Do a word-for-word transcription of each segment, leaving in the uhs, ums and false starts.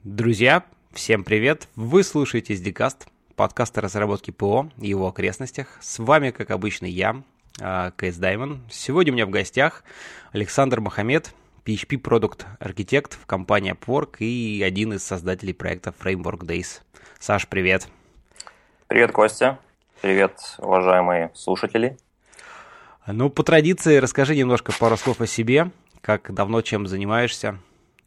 Друзья, всем привет! Вы слушаете SDCast, подкаст о разработке ПО и его окрестностях. С вами, как обычно, я, Кейс Даймон. Сегодня у меня в гостях Александр Мохамед, пи эйч пи Product Architect в компании Upwork и один из создателей проекта Framework Days. Саш, привет! Привет, Костя! Привет, уважаемые слушатели! Ну, по традиции, расскажи немножко пару слов о себе, как давно чем занимаешься.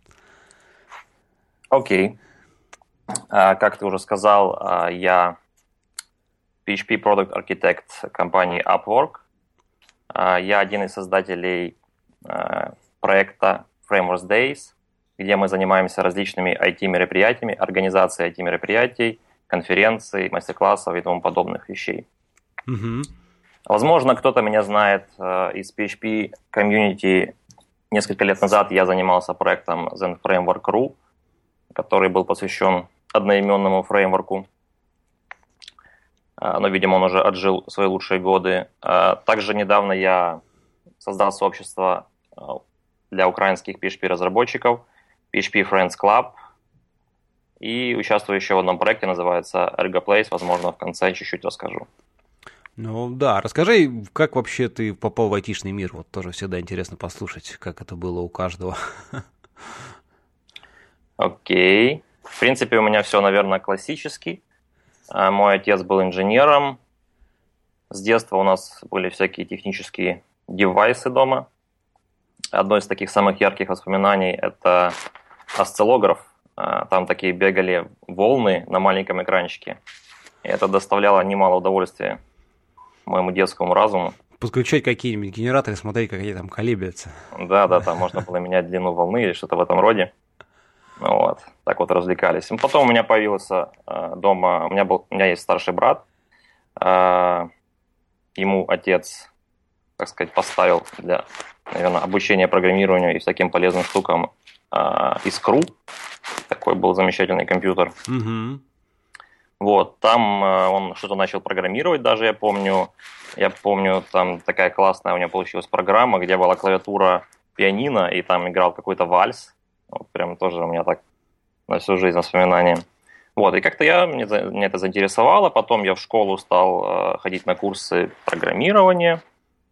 Окей. Okay. Uh, как ты уже сказал, uh, я пи эйч пи Product Architect компании Upwork. Uh, я один из создателей uh, проекта Framework Days, где мы занимаемся различными ай ти-мероприятиями, организацией ай ти-мероприятий, конференций, мастер-классов и тому подобных вещей. Mm-hmm. Возможно, кто-то меня знает uh, из пи эйч пи комьюнити. Несколько лет назад я занимался проектом Zen Framework точка ру, который был посвящен одноименному фреймворку. Но, видимо, он уже отжил свои лучшие годы. Также недавно я создал сообщество для украинских пи эйч пи-разработчиков пи эйч пи Friends Club и участвую еще в одном проекте, называется ErgoPlace. Возможно, в конце чуть-чуть расскажу. Ну да, расскажи, как вообще ты попал в айтишный мир? Вот тоже всегда интересно послушать, как это было у каждого. Окей. Okay. В принципе, у меня все, наверное, классически. Мой отец был инженером. С детства у нас были всякие технические девайсы дома. Одно из таких самых ярких воспоминаний – это осциллограф. Там такие бегали волны на маленьком экранчике. И это доставляло немало удовольствия моему детскому разуму. Подключать какие-нибудь генераторы, смотреть, как они там колеблются. Да-да, там можно было менять длину волны или что-то в этом роде. Вот, так вот развлекались. Потом у меня появился э, дома, у меня, был, у меня есть старший брат, э, ему отец, так сказать, поставил для, наверное, обучения программированию и всяким полезным штукам э, искру, такой был замечательный компьютер. Mm-hmm. Вот, там э, он что-то начал программировать даже, я помню, я помню, там такая классная у меня получилась программа, где была клавиатура пианино, и там играл какой-то вальс. Вот прям тоже у меня так на всю жизнь воспоминания. Вот, и как-то я, мне, мне это заинтересовало. Потом я в школу стал э, ходить на курсы программирования.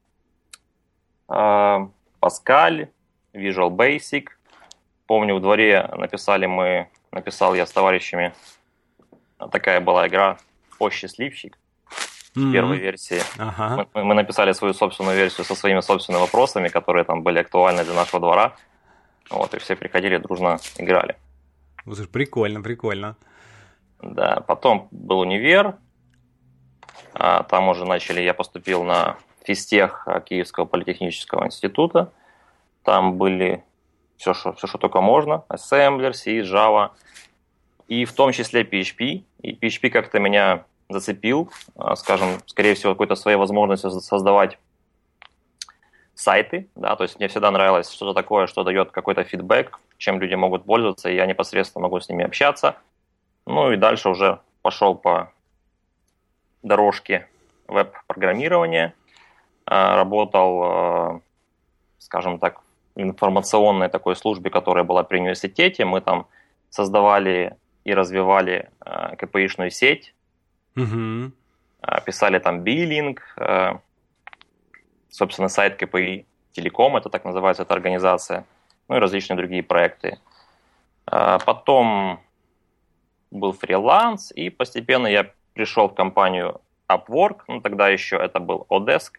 Э, Pascal, Visual Basic. Помню, в дворе написали мы, написал я с товарищами, такая была игра «О, счастливчик» mm-hmm. первой версии. Uh-huh. Мы, мы написали свою собственную версию со своими собственными вопросами, которые там были актуальны для нашего двора. Вот, и все приходили, дружно играли. Слушай, прикольно, прикольно. Да, потом был универ, а, там уже начали, я поступил на физтех Киевского политехнического института, там были все, что, все, что только можно, ассемблер, C, Java, и в том числе пи эйч пи, и пи эйч пи как-то меня зацепил, скажем, скорее всего, какой-то своей возможностью создавать сайты, да, то есть мне всегда нравилось что-то такое, что дает какой-то фидбэк, чем люди могут пользоваться, и я непосредственно могу с ними общаться. Ну и дальше уже пошел по дорожке веб-программирования, работал, скажем так, в информационной такой службе, которая была при университете. Мы там создавали и развивали ка пи ай-шную сеть, mm-hmm. писали там биллинг, собственно, сайт ка пи ай Телеком, это так называется, эта организация, ну и различные другие проекты. Потом был фриланс, и постепенно я пришел в компанию Upwork, ну тогда еще это был Odesk.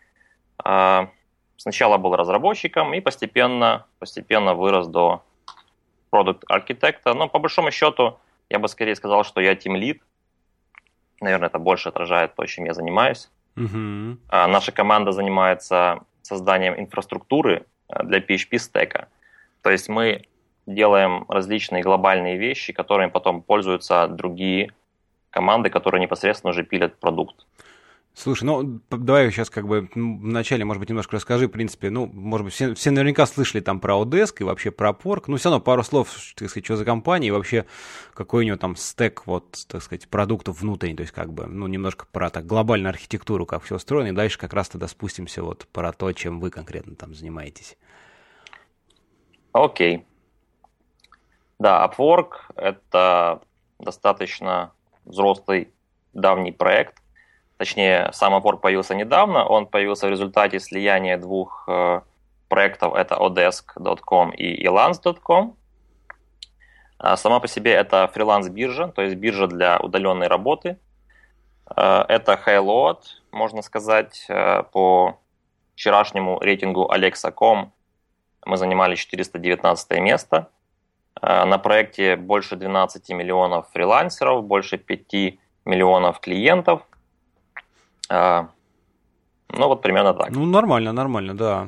Сначала был разработчиком, и постепенно, постепенно вырос до продукт-архитекта. Но по большому счету, я бы скорее сказал, что я тимлид. Наверное, это больше отражает то, чем я занимаюсь. Uh-huh. Наша команда занимается созданием инфраструктуры для пи эйч пи-стека. То есть мы делаем различные глобальные вещи, которыми потом пользуются другие команды, которые непосредственно уже пилят продукт. Слушай, ну давай сейчас как бы вначале, может быть, немножко расскажи, в принципе, ну, может быть, все, все наверняка слышали там про Odesk и вообще про Upwork, но все равно пару слов, так сказать, что за компания и вообще какой у него там стек, вот, так сказать, продуктов внутренний, то есть как бы, ну, немножко про так глобальную архитектуру, как все устроено, и дальше как раз тогда спустимся вот про то, чем вы конкретно там занимаетесь. Окей. Да, Upwork– это достаточно взрослый, давний проект. Точнее, сам Upwork появился недавно. Он появился в результате слияния двух э, проектов. Это odesk точка ком и elance точка ком. А сама по себе это фриланс-биржа, то есть биржа для удаленной работы. Э, это high-load, можно сказать. Э, по вчерашнему рейтингу Alexa точка ком мы занимали четыреста девятнадцатое место. На проекте больше двенадцати миллионов фрилансеров, больше пяти миллионов клиентов. Ну, вот примерно так. Ну, нормально, нормально, да.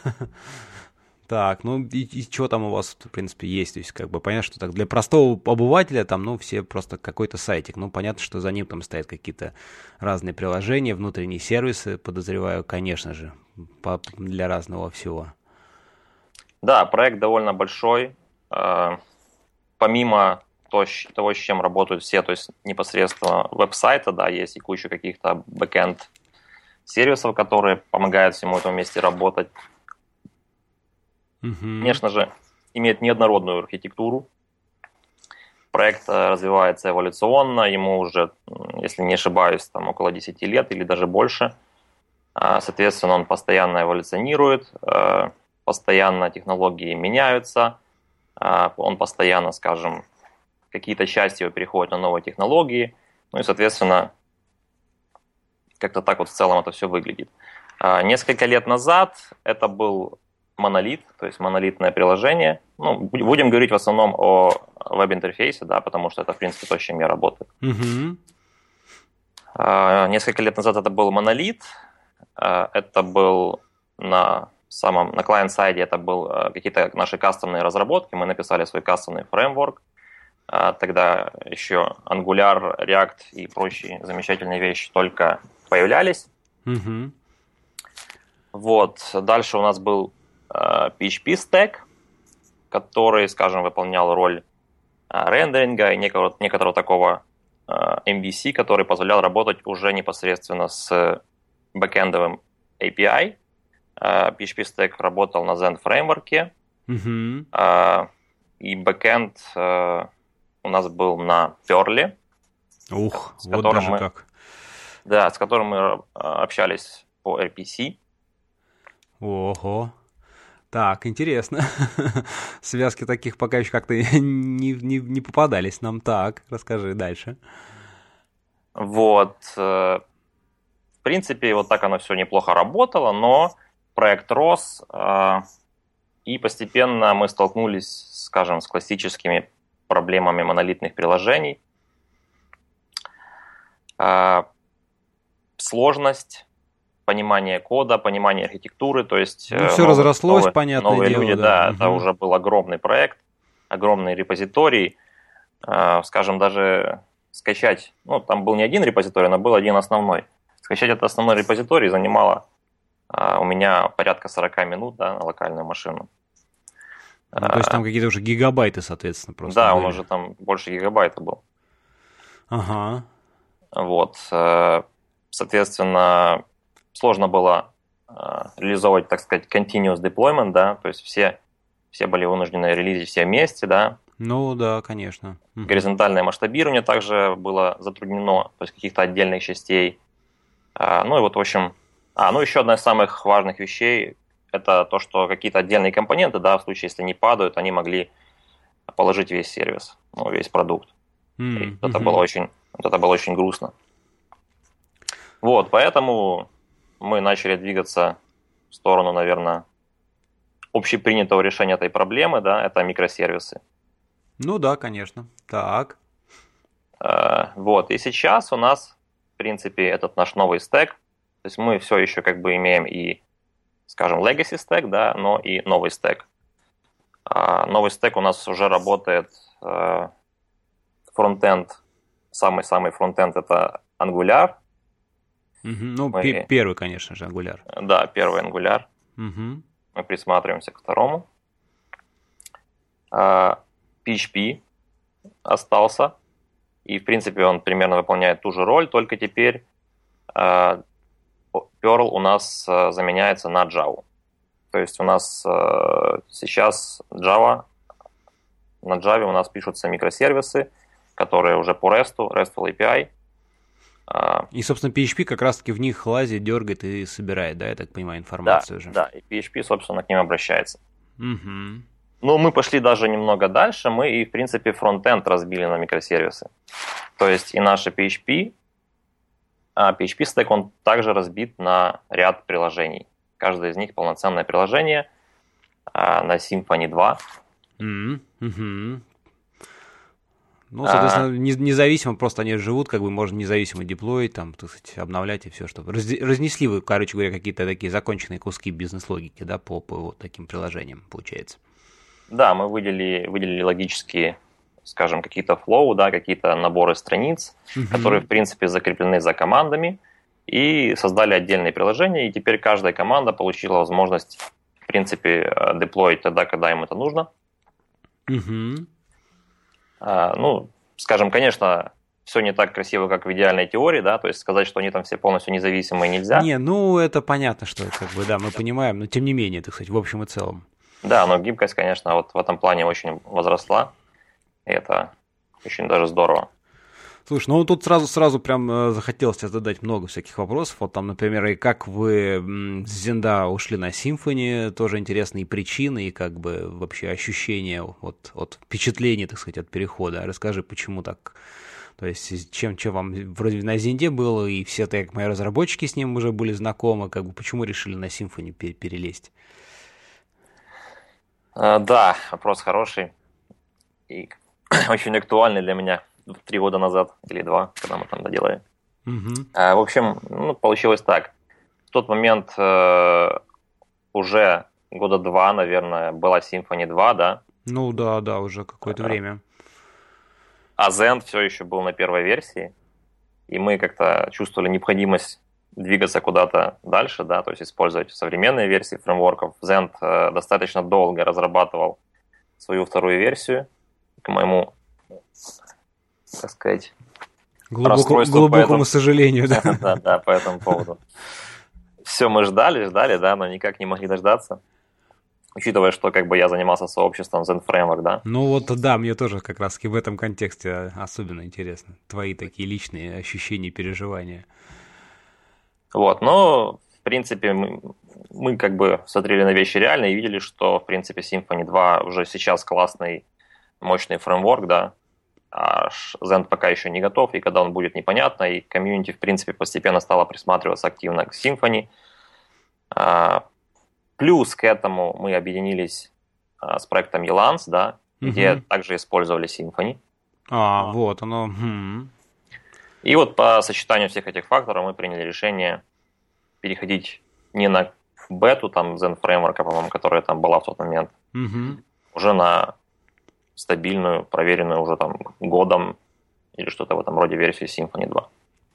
Так, ну и, и что там у вас, в принципе, есть? То есть, как бы понятно, что так для простого обывателя там, ну, все просто какой-то сайтик. Ну, понятно, что за ним там стоят какие-то разные приложения, внутренние сервисы, подозреваю, конечно же, по, для разного всего. Да, проект довольно большой. Помимо того, с чем работают все, то есть непосредственно веб-сайта, да, есть и куча каких-то бэкэнд сервисов, которые помогают всему этому вместе работать. Mm-hmm. Конечно же, имеет неоднородную архитектуру. Проект развивается эволюционно, ему уже, если не ошибаюсь, там около десяти лет или даже больше. Соответственно, он постоянно эволюционирует, постоянно технологии меняются, он постоянно, скажем, какие-то части его переходят на новые технологии, ну и, соответственно, как-то так вот в целом это все выглядит. Несколько лет назад это был монолит, то есть монолитное приложение. Ну, будем говорить в основном о веб-интерфейсе, да, потому что это, в принципе, то, с чем я работаю. Mm-hmm. Несколько лет назад это был монолит, это был на самом, на клиент-сайде это был какие-то наши кастомные разработки, мы написали свой кастомный фреймворк. Тогда еще Angular, React и прочие замечательные вещи только появлялись. Mm-hmm. Вот. Дальше у нас был uh, пи эйч пи стек, который, скажем, выполнял роль uh, рендеринга и некого, некоторого такого uh, эм ви си, который позволял работать уже непосредственно с бэкэндовым эй пи ай. Uh, пи эйч пи стек работал на Zen фреймворке, mm-hmm. uh, и бэкэнд uh, у нас был на Perl. Ух, с вот даже мы, как. Да, с которым мы общались по эр пи си. Ого. Так, интересно. Связки таких пока еще как-то не, не, не попадались нам. Так, расскажи дальше. Вот. В принципе, вот так оно все неплохо работало, но проект рос, и постепенно мы столкнулись, скажем, с классическими проблемами монолитных приложений. Сложность понимание кода, понимание архитектуры, то есть... Ну, все новые, разрослось, новые, понятное новые дело. люди, да, да, угу. Это уже был огромный проект, огромный репозиторий. Э, скажем, даже скачать, ну, там был не один репозиторий, но был один основной. Скачать этот основной репозиторий занимало э, у меня порядка сорок минут, да, на локальную машину. Ну, то есть там какие-то уже гигабайты, соответственно, просто. Да, были. Он уже там больше гигабайта был. Ага. Вот, э, соответственно, сложно было э, реализовывать, так сказать, continuous deployment, да, то есть все, все были вынуждены релизить все вместе, да. Ну да, конечно. Горизонтальное масштабирование также было затруднено, то есть каких-то отдельных частей. А, ну и вот, в общем, а, ну еще одна из самых важных вещей – это то, что какие-то отдельные компоненты, да, в случае, если они падают, они могли положить весь сервис, ну, весь продукт. Mm-hmm. Это было очень, это было очень грустно. Вот, поэтому мы начали двигаться в сторону, наверное, общепринятого решения этой проблемы, да, это микросервисы. Ну да, конечно. Так. Вот, и сейчас у нас, в принципе, этот наш новый стек, то есть мы все еще как бы имеем и, скажем, legacy стек, да, но и новый стек. Новый стек у нас уже работает фронтенд, самый-самый фронтенд это Angular. Угу. Ну, мы... п- первый, конечно же, Angular. Да, первый Angular. Угу. Мы присматриваемся к второму. пи эйч пи остался. И, в принципе, он примерно выполняет ту же роль, только теперь Perl у нас заменяется на Java. То есть у нас сейчас Java на Java у нас пишутся микросервисы, которые уже по REST, RESTful эй пи ай. И, собственно, пи эйч пи как раз-таки в них лазит, дергает и собирает, да, я так понимаю, информацию да, уже. Да, и пи эйч пи, собственно, к ним обращается. Угу. Ну, мы пошли даже немного дальше, мы и, в принципе, фронт-энд разбили на микросервисы. То есть и наши пи эйч пи, а пи эйч пи-стек, он также разбит на ряд приложений. Каждое из них полноценное приложение а, на Symfony два. Mm-hmm. Mm-hmm. Ну, соответственно, а... независимо, просто они живут, как бы можно независимо деплоить, там, так сказать, обновлять и все, чтобы разнесли вы, короче говоря, какие-то такие законченные куски бизнес-логики, да, по, по вот таким приложениям, получается. Да, мы выделили, выделили логические, скажем, какие-то флоу, да, какие-то наборы страниц, uh-huh. которые, в принципе, закреплены за командами, и создали отдельные приложения, и теперь каждая команда получила возможность, в принципе, деплоить тогда, когда им это нужно. Uh-huh. А, ну, скажем, конечно, все не так красиво, как в идеальной теории, да, то есть сказать, что они там все полностью независимые, нельзя. Не, ну, это понятно, что, как бы, да, мы понимаем, но тем не менее, так сказать, в общем и целом. Да, но гибкость, конечно, вот в этом плане очень возросла, и это очень даже здорово. Слушай, ну тут сразу, сразу прям захотелось тебе задать много всяких вопросов. Вот там, например, и как вы с Зенда ушли на Symfony, тоже интересные причины и как бы вообще ощущения от, от впечатления, так сказать, от перехода. Расскажи, почему так? То есть, чем, чем вам вроде на Зенде было, и все, так мои разработчики с ним уже были знакомы, как бы почему решили на Symfony перелезть? Да, вопрос хороший и очень актуальный для меня. Три года назад или два, когда мы там доделали. Uh-huh. А, в общем, ну, получилось так. В тот момент э, уже года два, наверное, была Symfony два, да? Ну да, да, уже какое-то а, время. А Zend все еще был на первой версии, и мы как-то чувствовали необходимость двигаться куда-то дальше, да, то есть использовать современные версии фреймворков. Zend э, достаточно долго разрабатывал свою вторую версию, к моему, так сказать, Глубоко, глубокому по этому, сожалению, да. да, да, по этому поводу. Все мы ждали, ждали, да, но никак не могли дождаться. Учитывая, что как бы я занимался сообществом Zend Framework, да. Ну вот, да, мне тоже как раз в этом контексте особенно интересно. Твои такие личные ощущения, переживания. Вот, но, в принципе, мы, мы как бы смотрели на вещи реально и видели, что, в принципе, Symfony два уже сейчас классный, мощный фреймворк, да, а Zend пока еще не готов, и когда он будет, непонятно, и комьюнити, в принципе, постепенно стало присматриваться активно к Symfony. А, плюс к этому мы объединились а, с проектом Elance, да, угу. где также использовали Symfony. А, вот оно. Хм. И вот по сочетанию всех этих факторов мы приняли решение переходить не на бету, там, Zend Framework, по-моему, которая там была в тот момент, угу. уже на стабильную, проверенную уже там годом или что-то в этом роде версию Symfony два.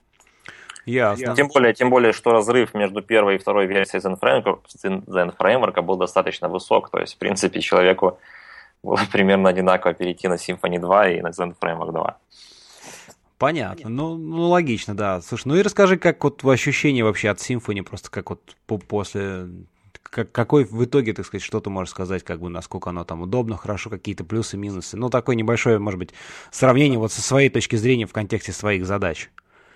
Ясно. Тем более, тем более, что разрыв между первой и второй версией Zend Framework, Zend Framework был достаточно высок, то есть, в принципе, человеку было примерно одинаково перейти на Symfony два и на Zend Framework два. Понятно, ну, ну логично, да. Слушай, ну и расскажи, как вот ощущение вообще от Symfony, просто как вот после... Как, какой в итоге, так сказать, что ты можешь сказать, как бы, насколько оно там удобно, хорошо, какие-то плюсы, минусы. Ну, такое небольшое, может быть, сравнение вот со своей точки зрения в контексте своих задач.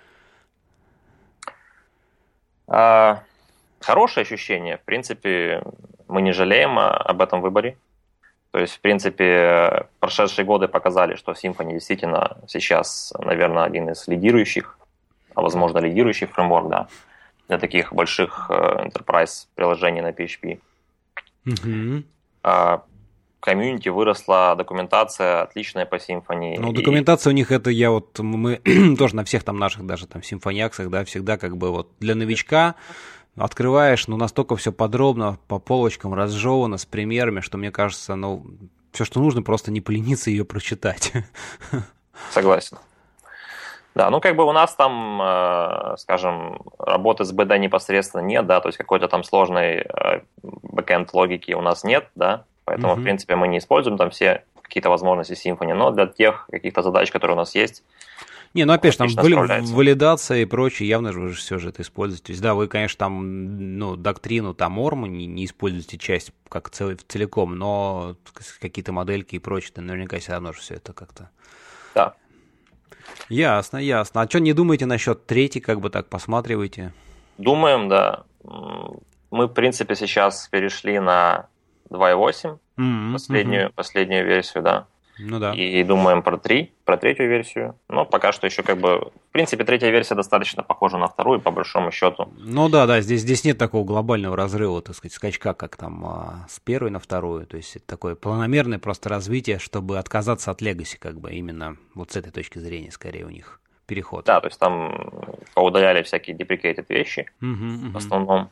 А, хорошее ощущение. В принципе, мы не жалеем об этом выборе. То есть, в принципе, прошедшие годы показали, что Symfony действительно сейчас, наверное, один из лидирующих, а возможно, лидирующий фреймворк, да, для таких больших enterprise приложений на пи эйч пи. Mm-hmm. А, комьюнити выросла, документация отличная по Symfony. Ну, и... документация у них это, я вот, мы тоже на всех там наших даже там симфониаксах, да, всегда как бы вот для новичка открываешь, ну, настолько все подробно, по полочкам разжевано, с примерами, что мне кажется, ну, все, что нужно, просто не полениться ее прочитать. Согласен. Да, ну как бы у нас там, э, скажем, работы с би ди непосредственно нет, да, то есть какой-то там сложной э, бэкэнд логики у нас нет, да, поэтому, mm-hmm. в принципе, мы не используем там все какие-то возможности Symfony, но для тех каких-то задач, которые у нас есть, Не, ну опять же, там вали- справляется. валидация и прочее, явно же вы же все же это используете. То есть, да, вы, конечно, там, ну, доктрину, там, ОРМу не, не используете часть как цел, целиком, но какие-то модельки и прочее, наверняка все равно же все это как-то... Да. Ясно, ясно. А что не думаете насчет третьей, как бы так посматриваете? Думаем, да. Мы, в принципе, сейчас перешли на два и восемь, Mm-hmm, последнюю, mm-hmm. последнюю версию, да. Ну да. И думаем про три, про третью версию. Но пока что еще как бы... В принципе, третья версия достаточно похожа на вторую, по большому счету. Ну да, да, здесь, здесь нет такого глобального разрыва, так сказать, скачка, как там а, с первой на вторую. То есть это такое планомерное просто развитие, чтобы отказаться от Legacy, как бы именно вот с этой точки зрения, скорее, у них переход. Да, то есть там поудаляли всякие deprecated вещи, uh-huh, uh-huh. в основном.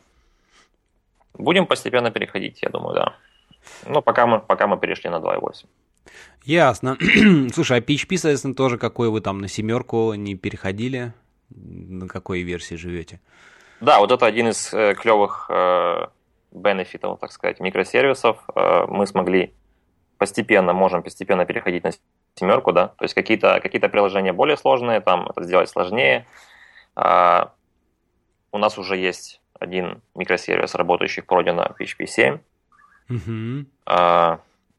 Будем постепенно переходить, я думаю, да. Но пока мы, пока мы перешли на два и восемь. Ясно. Слушай, а пи эйч пи, соответственно, тоже какой вы там на семерку не переходили? На какой версии живете? Да, вот это один из э, клевых э, бенефитов, так сказать, микросервисов. Э, мы смогли постепенно, можем постепенно переходить на семерку, да. То есть какие-то, какие-то приложения более сложные, там это сделать сложнее. А, у нас уже есть один микросервис, работающий в проде на пи эйч пи семь. Uh-huh. А,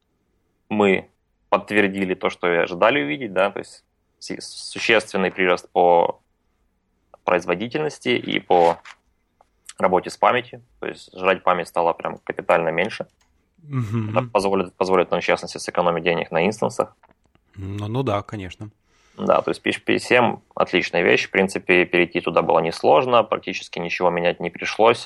мы подтвердили то, что и ожидали увидеть, да, то есть существенный прирост по производительности и по работе с памятью, то есть жрать память стало прям капитально меньше. Uh-huh. Это позволит, позволит нам, в частности, сэкономить денег на инстансах. Ну, ну да, конечно. Да, то есть пи эйч пи семь отличная вещь, в принципе, перейти туда было несложно, практически ничего менять не пришлось.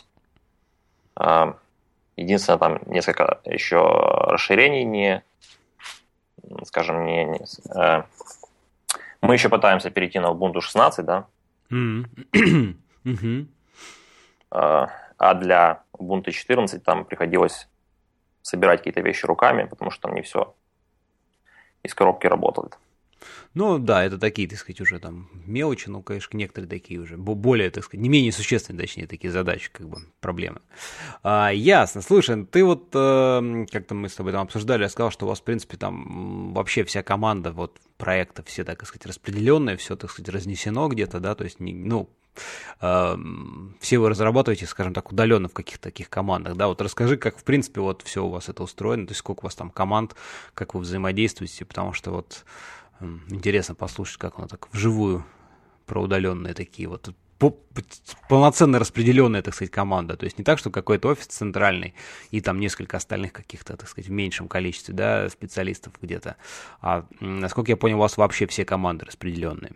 Единственное, там несколько еще расширений не, скажем, не, не э, мы еще пытаемся перейти на Ubuntu шестнадцать, да. Mm-hmm. Mm-hmm. Э, а для Ubuntu четырнадцать там приходилось собирать какие-то вещи руками, потому что там не все из коробки работает. Ну да, это такие, так сказать, уже там мелочи, ну, конечно, некоторые такие уже, более, так сказать, не менее существенные, точнее, такие задачи, как бы, проблемы. А, ясно. Слушай, ты вот, э, как-то мы с тобой там обсуждали, я сказал, что у вас, в принципе, там вообще вся команда вот проекта, все, так сказать, распределенные, все, так сказать, разнесено где-то, да, то есть, не, ну, э, все вы разрабатываете, скажем так, удаленно в каких-то таких командах, да, вот расскажи, как, в принципе, вот все у вас это устроено, то есть, сколько у вас там команд, как вы взаимодействуете, потому что вот интересно послушать, как оно так вживую про удаленные такие вот полноценно распределенная, так сказать, команда. То есть не так, что какой-то офис центральный и там несколько остальных каких-то, так сказать, в меньшем количестве, да, специалистов где-то. А насколько я понял, у вас вообще все команды распределенные.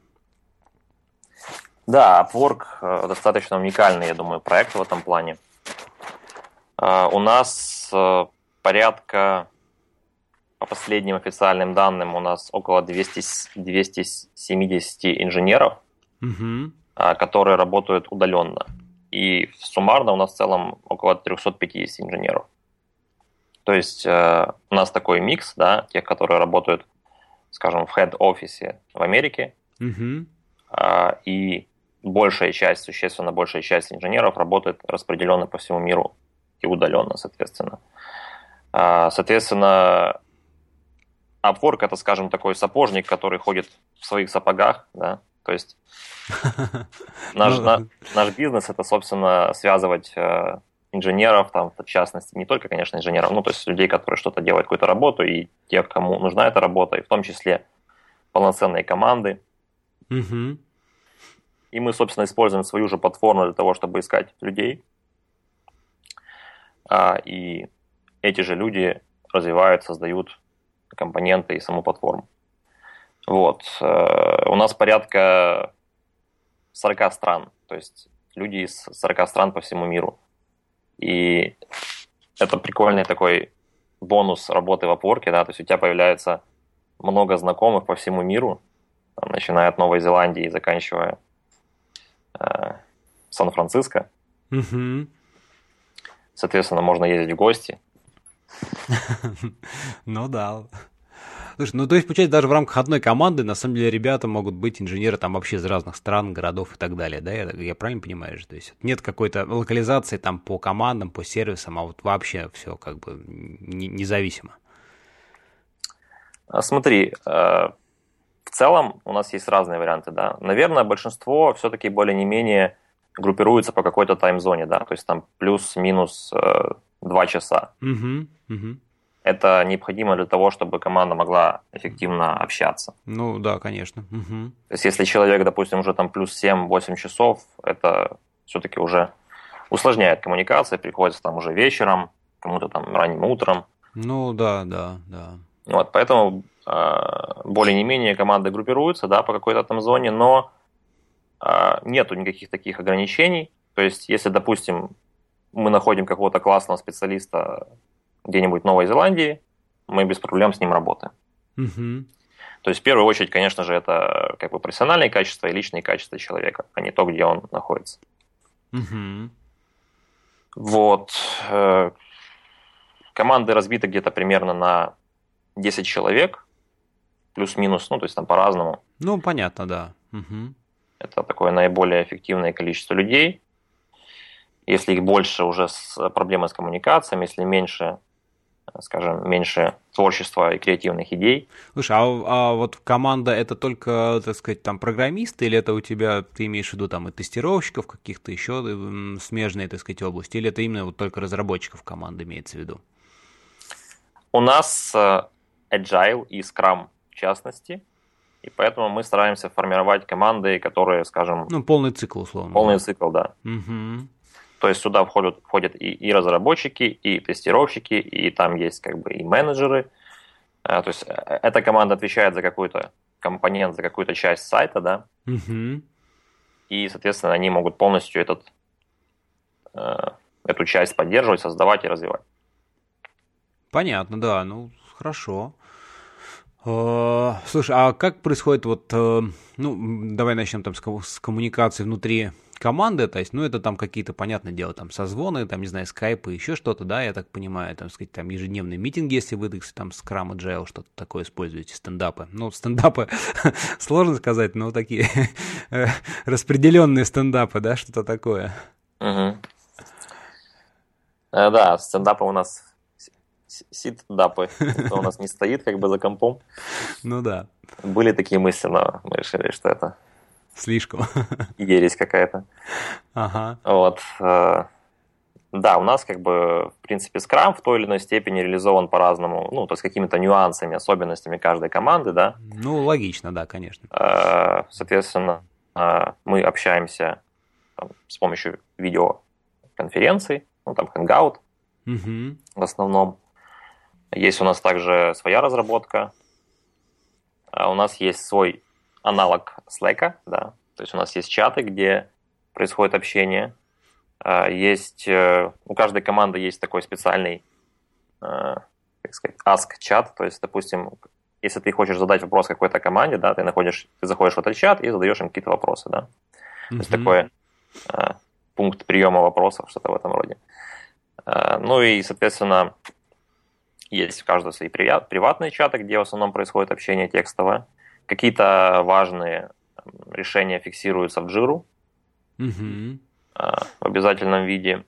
Да, Upwork достаточно уникальный, я думаю, проект в этом плане. У нас порядка, по последним официальным данным, у нас около двести, двести семьдесят инженеров, uh-huh. которые работают удаленно. И суммарно у нас в целом около триста пятьдесят инженеров. То есть э, у нас такой микс, да, тех, которые работают, скажем, в head-офисе в Америке, uh-huh. э, и большая часть, существенно большая часть инженеров работает распределенно по всему миру и удаленно, соответственно. Э, соответственно, Upwork — это, скажем, такой сапожник, который ходит в своих сапогах, да, то есть наш, на, наш бизнес — это, собственно, связывать э, инженеров, там, в частности, не только, конечно, инженеров, ну, то есть людей, которые что-то делают, какую-то работу, и тех, кому нужна эта работа, и в том числе полноценные команды. Mm-hmm. И мы, собственно, используем свою же платформу для того, чтобы искать людей, а, и эти же люди развивают, создают компоненты и саму платформу. Вот. У нас порядка сорок стран, то есть люди из сорока стран по всему миру. И это прикольный такой бонус работы в Upwork, да, то есть у тебя появляется много знакомых по всему миру, там, начиная от Новой Зеландии и заканчивая э, Сан-Франциско. Mm-hmm. Соответственно, можно ездить в гости. Ну да. Слушай, ну то есть, получается, даже в рамках одной команды, на самом деле, ребята могут быть инженеры там вообще из разных стран, городов и так далее, да? Я, я правильно понимаю? То есть нет какой-то локализации там по командам, по сервисам, а вот вообще все как бы не, независимо. Смотри, в целом у нас есть разные варианты, да. Наверное, большинство все-таки более не менее группируется по какой-то таймзоне, да, то есть там плюс-минус э, два часа. Угу, угу. Это необходимо для того, чтобы команда могла эффективно общаться. Ну да, конечно. Угу. То есть если человек, допустим, уже там плюс семь-восемь часов, это все-таки уже усложняет коммуникации, приходится там уже вечером, кому-то там ранним утром. Ну да, да, да. Вот, поэтому э, более не менее команды группируются, да, по какой-то там зоне, но э, нету никаких таких ограничений. То есть если, допустим, мы находим какого-то классного специалиста где-нибудь в Новой Зеландии, мы без проблем с ним работаем. Угу. То есть в первую очередь, конечно же, это как бы профессиональные качества и личные качества человека, а не то, где он находится. Угу. Вот. Команды разбиты где-то примерно на десять человек, плюс-минус, ну, то есть там по-разному. Ну, понятно, да. Угу. Это такое наиболее эффективное количество людей. Если их больше, уже с проблемой с коммуникациями, если меньше, скажем, меньше творчества и креативных идей. Слушай, а, а вот команда это только, так сказать, там программисты, или это у тебя, ты имеешь в виду там и тестировщиков каких-то еще м, смежные, так сказать, области, или это именно вот только разработчиков команды имеется в виду? У нас Agile и Scrum в частности, и поэтому мы стараемся формировать команды, которые, скажем... Ну, полный цикл, условно. Полный цикл, да. Угу. То есть сюда входят, входят и, и разработчики, и тестировщики, и там есть как бы и менеджеры. То есть эта команда отвечает за какой-то компонент, за какую-то часть сайта, да. Угу. И, соответственно, они могут полностью этот, эту часть поддерживать, создавать и развивать. Понятно, да, ну, хорошо. Слушай, а как происходит вот, ну, давай начнем там с коммуникации внутри команды, то есть, ну, это там какие-то, понятное дело, там созвоны, там, не знаю, скайпы, еще что-то, да, я так понимаю, там, сказать, там ежедневные митинги, если вы, там, Scrum, Agile, что-то такое используете, стендапы. Ну, стендапы сложно сказать, но такие распределенные стендапы, да, что-то такое. Угу. Да, стендапы у нас сит-дапы, у нас не стоит как бы за компом. Ну да. Были такие мысли, но мы решили, что это слишком ересь какая-то. Ага. Вот. Да, у нас как бы, в принципе, Scrum в той или иной степени реализован по-разному, ну, то есть какими-то нюансами, особенностями каждой команды, да. Ну, логично, да, конечно. Соответственно, мы общаемся там, с помощью видеоконференций, ну, там, Hangout угу. в основном. Есть у нас также своя разработка. У нас есть свой аналог Slack, да, то есть у нас есть чаты, где происходит общение. Есть, у каждой команды есть такой специальный, как сказать, ask-чат, то есть, допустим, если ты хочешь задать вопрос какой-то команде, да, ты находишь, ты заходишь в этот чат и задаешь им какие-то вопросы, да. Mm-hmm. То есть такой пункт приема вопросов, что-то в этом роде. Ну и, соответственно, есть в каждом свои приватные чаты, где в основном происходит общение текстовое. Какие-то важные решения фиксируются в Jira mm-hmm. в обязательном виде.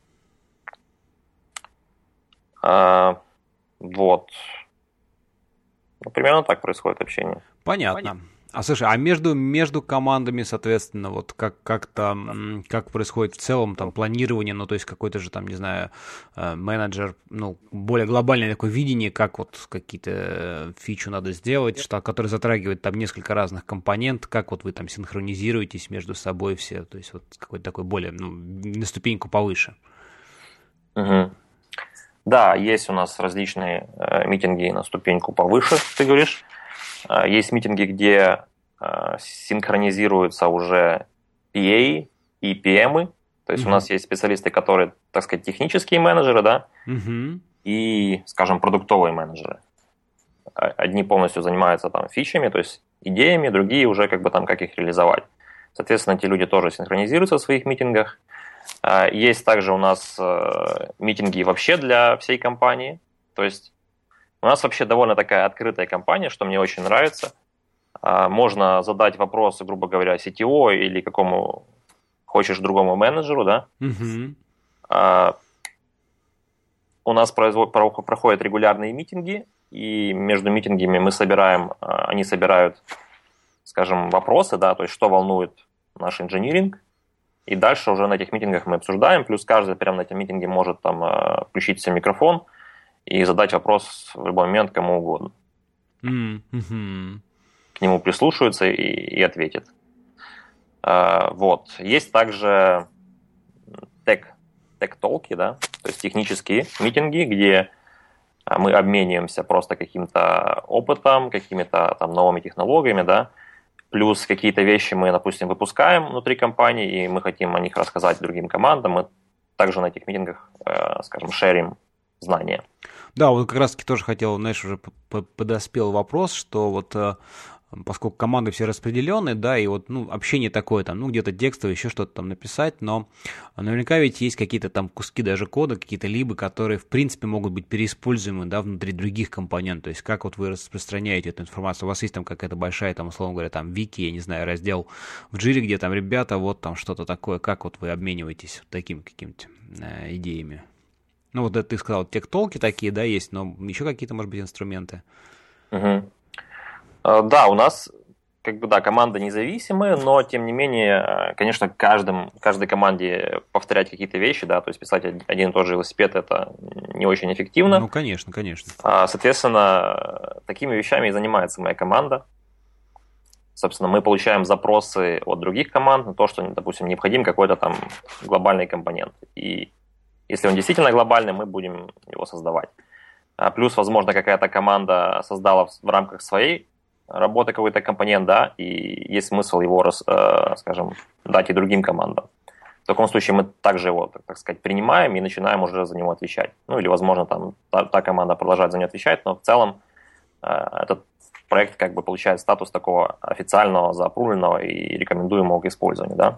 Вот. Ну, примерно так происходит общение. Понятно. Понятно. А слушай, а между, между командами, соответственно, вот как, как-то, как происходит в целом там планирование, ну, то есть какой-то же там, не знаю, менеджер, ну, более глобальное такое видение, как вот какие-то фичу надо сделать, что, который затрагивает там несколько разных компонентов, как вот вы там синхронизируетесь между собой все, то есть вот какой-то такой более, ну, на ступеньку повыше. Угу. Да, есть у нас различные э, митинги на ступеньку повыше, ты говоришь. Есть митинги, где э, синхронизируются уже пи эй и пи эм, то есть mm-hmm. у нас есть специалисты, которые, так сказать, технические менеджеры, да, mm-hmm. и, скажем, продуктовые менеджеры. Одни полностью занимаются там фичами, то есть идеями, другие уже как бы там как их реализовать. Соответственно, эти люди тоже синхронизируются в своих митингах. Есть также у нас э, митинги вообще для всей компании, то есть у нас вообще довольно такая открытая компания, что мне очень нравится. Можно задать вопрос, грубо говоря, си ти о или какому хочешь другому менеджеру, да. Mm-hmm. У нас производ... проходят регулярные митинги, и между митингами мы собираем, они собирают скажем, вопросы, да, то есть что волнует наш инжиниринг, и дальше уже на этих митингах мы обсуждаем, плюс каждый прямо на этом митинге может там включить себе микрофон и задать вопрос в любой момент кому угодно. Mm-hmm. К нему прислушаются и, и ответят. Вот. Есть также тег, тег-толки, да, то есть технические митинги, где мы обмениваемся просто каким-то опытом, какими-то там новыми технологиями, да, плюс какие-то вещи мы, допустим, выпускаем внутри компании, и мы хотим о них рассказать другим командам, мы также на этих митингах, скажем, шерим знания. Да, вот как раз-таки тоже хотел, знаешь, уже подоспел вопрос, что вот поскольку команды все распределенные, да, и вот, ну, общение такое там, ну, где-то текстовое, еще что-то там написать, но наверняка ведь есть какие-то там куски даже кода, какие-то либо, которые, в принципе, могут быть переиспользуемы, да, внутри других компонентов, то есть как вот вы распространяете эту информацию, у вас есть там какая-то большая, там, условно говоря, там, вики, я не знаю, раздел в Jira, где там ребята, вот там что-то такое, как вот вы обмениваетесь вот такими какими-то э, идеями? Ну, вот это ты сказал, тег-толки такие, да, есть, но еще какие-то, может быть, инструменты? Угу. Да, у нас, как бы, да, команда независимая, но, тем не менее, конечно, каждым, каждой команде повторять какие-то вещи, да, то есть писать один и тот же велосипед, это не очень эффективно. Ну, конечно, конечно. Соответственно, такими вещами и занимается моя команда. Собственно, мы получаем запросы от других команд на то, что, допустим, необходим какой-то там глобальный компонент. И если он действительно глобальный, мы будем его создавать. Плюс, возможно, какая-то команда создала в рамках своей работы какой-то компонент, да, и есть смысл его, скажем, дать и другим командам. В таком случае мы также его, так сказать, принимаем и начинаем уже за него отвечать. Ну, или, возможно, там та, та команда продолжает за него отвечать, но в целом этот проект как бы получает статус такого официального, заапрувленного и рекомендуемого к использованию, да.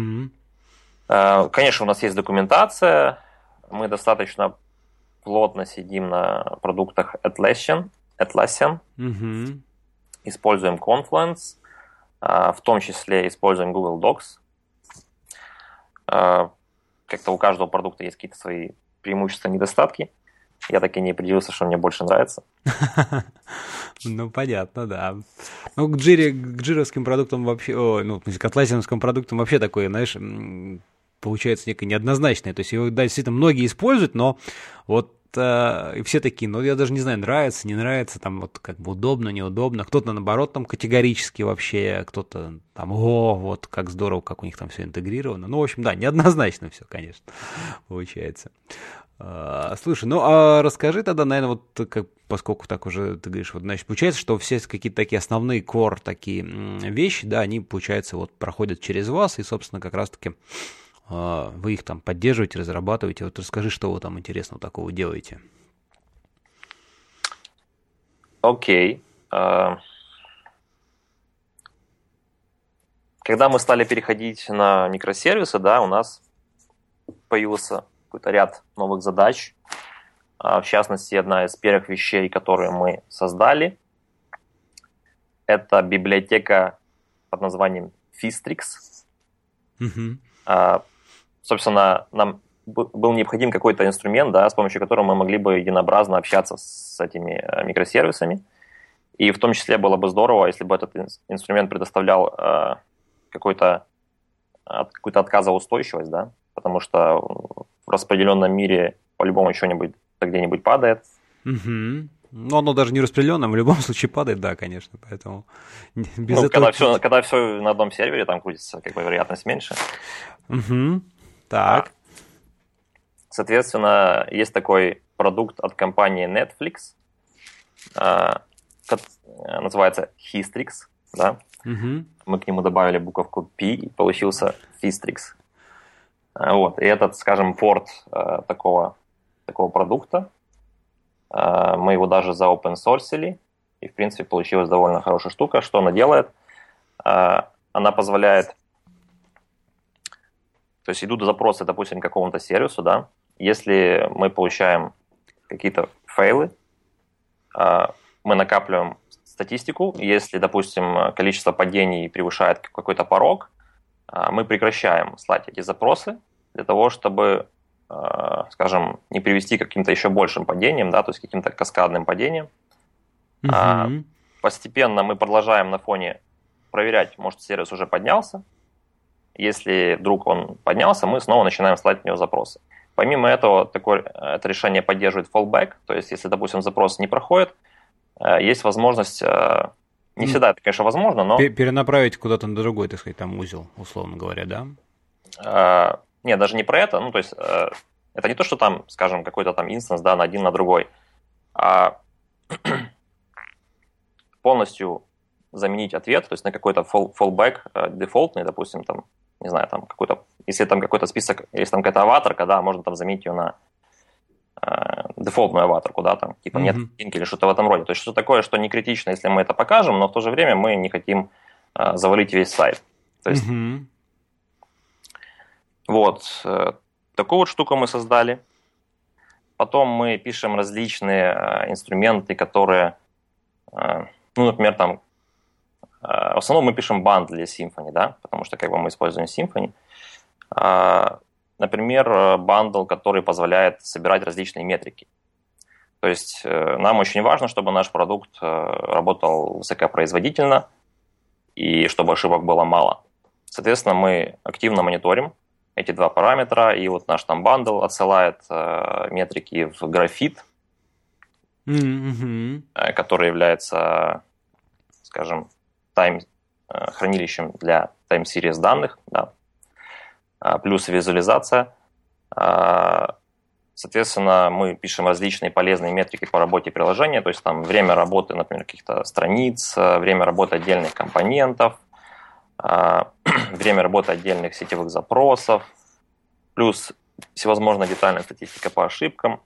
Mm-hmm. Конечно, у нас есть документация, мы достаточно плотно сидим на продуктах Atlassian, Atlassian. Mm-hmm. Используем Confluence, в том числе используем Google Docs. Как-то у каждого продукта есть какие-то свои преимущества, недостатки. Я так и не определился, что мне больше нравится. Ну, понятно, да. Ну, к Jira, к джировским продуктам вообще, о, ну, к Atlassian продуктам вообще такое, знаешь, получается некое неоднозначное. То есть его, да, действительно многие используют, но вот и все такие, ну, я даже не знаю, нравится, не нравится, там вот как бы удобно, неудобно. Кто-то, наоборот, там категорически вообще, кто-то там, о, вот как здорово, как у них там все интегрировано. Ну, в общем, да, неоднозначно все, конечно, получается. Слушай, ну, а расскажи тогда, наверное, вот как, поскольку так уже ты говоришь, вот, значит, получается, что все какие-то такие основные core такие вещи, да, они, получается, вот проходят через вас, и, собственно, как раз-таки вы их там поддерживаете, разрабатываете. Вот расскажи, что вы там интересного такого делаете. Окей. Okay. Когда мы стали переходить на микросервисы, да, у нас появился какой-то ряд новых задач. В частности, одна из первых вещей, которые мы создали, это библиотека под названием Fistrix. Mm-hmm. Собственно, нам был необходим какой-то инструмент, да, с помощью которого мы могли бы единообразно общаться с этими микросервисами. И в том числе было бы здорово, если бы этот инструмент предоставлял э, какой-то, какую-то отказоустойчивость, да, потому что в распределенном мире по-любому что-нибудь где-нибудь падает. Mm-hmm. Ну, оно даже не распределенное, в любом случае падает, да, конечно, поэтому без ну, этого... когда, все, когда все на одном сервере, там крутится, как бы, вероятность меньше. Угу. Так. Соответственно, есть такой продукт от компании Netflix, называется Histrix, да? Угу. Мы к нему добавили буковку P, и получился Fistrix. Вот, и этот, скажем, порт такого, такого продукта, мы его даже заопенсорсили, и, в принципе, получилась довольно хорошая штука. Что она делает? Она позволяет... То есть идут запросы, допустим, к какому-то сервису, да. Если мы получаем какие-то фейлы, мы накапливаем статистику. Если, допустим, количество падений превышает какой-то порог, мы прекращаем слать эти запросы для того, чтобы, скажем, не привести к каким-то еще большим падениям, да, то есть каким-то каскадным падениям. Mm-hmm. Постепенно мы продолжаем на фоне проверять, может, сервис уже поднялся. Если вдруг он поднялся, мы снова начинаем слать в него запросы. Помимо этого, такое, это решение поддерживает fallback, то есть если, допустим, запрос не проходит, есть возможность, не всегда это, конечно, возможно, но... Перенаправить куда-то на другой, так сказать, там узел, условно говоря, да? Нет, даже не про это, ну, то есть это не то, что там, скажем, какой-то там инстанс, да, на один, на другой, а полностью заменить ответ, то есть на какой-то fall, fallback дефолтный, допустим, там, не знаю, там какой-то, если там какой-то список, если там какая-то аватарка, да, можно там заменить ее на э, дефолтную аватарку, да, там, типа нет картинки или что-то в этом роде. То есть что такое, что не критично, если мы это покажем, но в то же время мы не хотим э, завалить весь сайт. То есть, mm-hmm. вот, э, такую вот штуку мы создали. Потом мы пишем различные э, инструменты, которые, э, ну, например, там, в основном мы пишем бандл для Symfony, да, потому что как бы мы используем Symfony. Например, бандл, который позволяет собирать различные метрики. То есть нам очень важно, чтобы наш продукт работал высокопроизводительно и чтобы ошибок было мало. Соответственно, мы активно мониторим эти два параметра, и вот наш там бандл отсылает метрики в графит, mm-hmm. который является, скажем, тайм, хранилищем для time-series данных, да, плюс визуализация. Соответственно, мы пишем различные полезные метрики по работе приложения, то есть там время работы, например, каких-то страниц, время работы отдельных компонентов, время работы отдельных сетевых запросов, плюс всевозможная детальная статистика по ошибкам,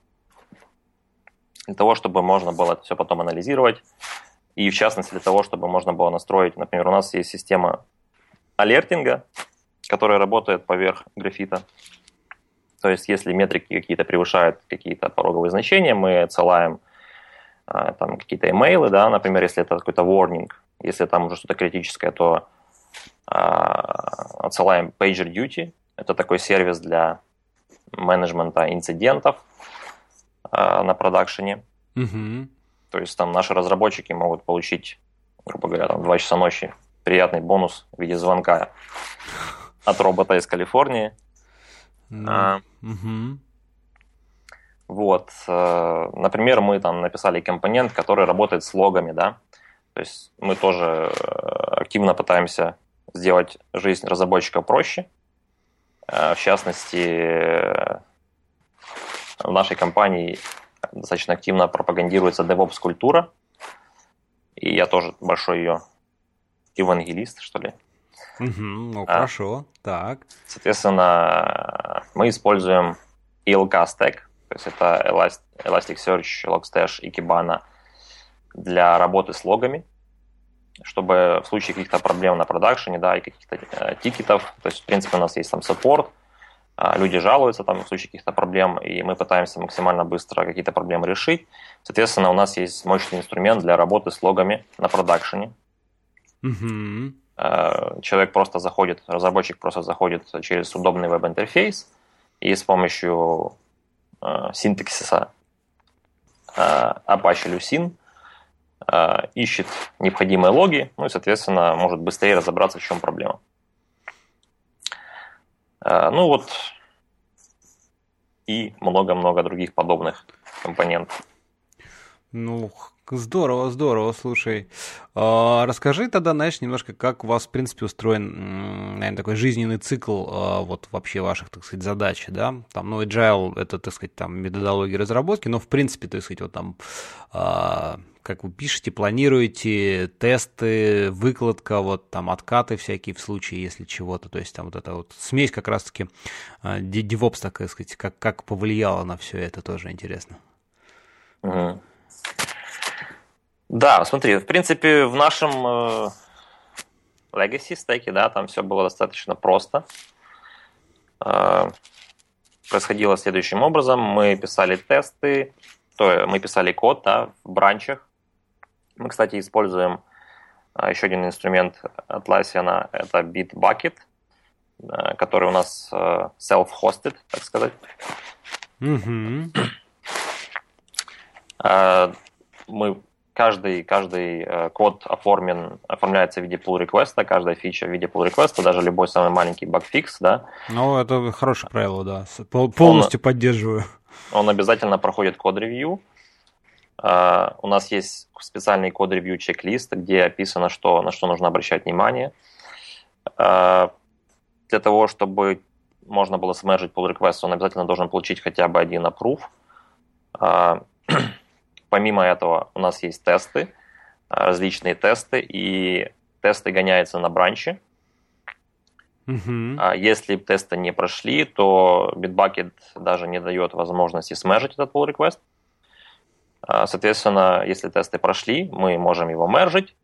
для того, чтобы можно было это все потом анализировать. И в частности для того, чтобы можно было настроить, например, у нас есть система алертинга, которая работает поверх графита. То есть если метрики какие-то превышают какие-то пороговые значения, мы отсылаем а, там какие-то имейлы, да, например, если это какой-то warning, если там уже что-то критическое, то а, отсылаем PagerDuty. Это такой сервис для менеджмента инцидентов а, на продакшене. Mm-hmm. То есть там наши разработчики могут получить, грубо говоря, там два часа ночи приятный бонус в виде звонка от робота из Калифорнии. No. А, mm-hmm. Вот. Например, мы там написали компонент, который работает с логами, да. То есть мы тоже активно пытаемся сделать жизнь разработчика проще. В частности, в нашей компании достаточно активно пропагандируется DevOps-культура, и я тоже большой ее евангелист, что ли. Угу, ну, а, хорошо, так. Соответственно, мы используем и эл кей Stack, то есть это Elasticsearch, Logstash и Kibana для работы с логами, чтобы в случае каких-то проблем на продакшене, да, и каких-то э, тикетов, то есть, в принципе, у нас есть там саппорт, люди жалуются там в случае каких-то проблем, и мы пытаемся максимально быстро какие-то проблемы решить. Соответственно, у нас есть мощный инструмент для работы с логами на продакшене. Mm-hmm. Человек просто заходит, разработчик просто заходит через удобный веб-интерфейс и с помощью э, синтаксиса э, Apache Lucene э, ищет необходимые логи, ну и, соответственно, может быстрее разобраться, в чем проблема. Ну вот, и много-много других подобных компонентов. Ну, здорово, здорово, слушай. А, расскажи тогда, знаешь, немножко, как у вас, в принципе, устроен, наверное, такой жизненный цикл а, вот вообще ваших, так сказать, задач, да? Там, ну, Agile — это, так сказать, там, методология разработки, но, в принципе, так сказать, вот там... А, как вы пишете, планируете, тесты, выкладка, вот там откаты всякие в случае, если чего-то, то есть там вот эта вот смесь как раз-таки DevOps, так сказать, как, как повлияла на все это, тоже интересно. Угу. Да, смотри, в принципе, в нашем э, Legacy стеке, да, там все было достаточно просто. Э, происходило следующим образом. Мы писали тесты, то мы писали код, да, в бранчах. Мы, кстати, используем а, еще один инструмент Atlassian, это Bitbucket, а, который у нас а, self-hosted, так сказать. Mm-hmm. А, мы каждый, каждый э, код оформлен, оформляется в виде pull request, каждая фича в виде pull request, даже любой самый маленький багфикс, да. Ну, это хорошее правило, да. Полностью он, поддерживаю. Он обязательно проходит код-ревью. Uh, у нас есть специальный код-ревью чек-лист, где описано, что, на что нужно обращать внимание. Uh, для того, чтобы можно было смержить pull request, он обязательно должен получить хотя бы один approve. Uh, помимо этого у нас есть тесты, различные тесты, и тесты гоняются на бранче. Uh-huh. Uh, если тесты не прошли, то Bitbucket даже не дает возможности смержить этот pull request. Соответственно, если тесты прошли, мы можем его мержить.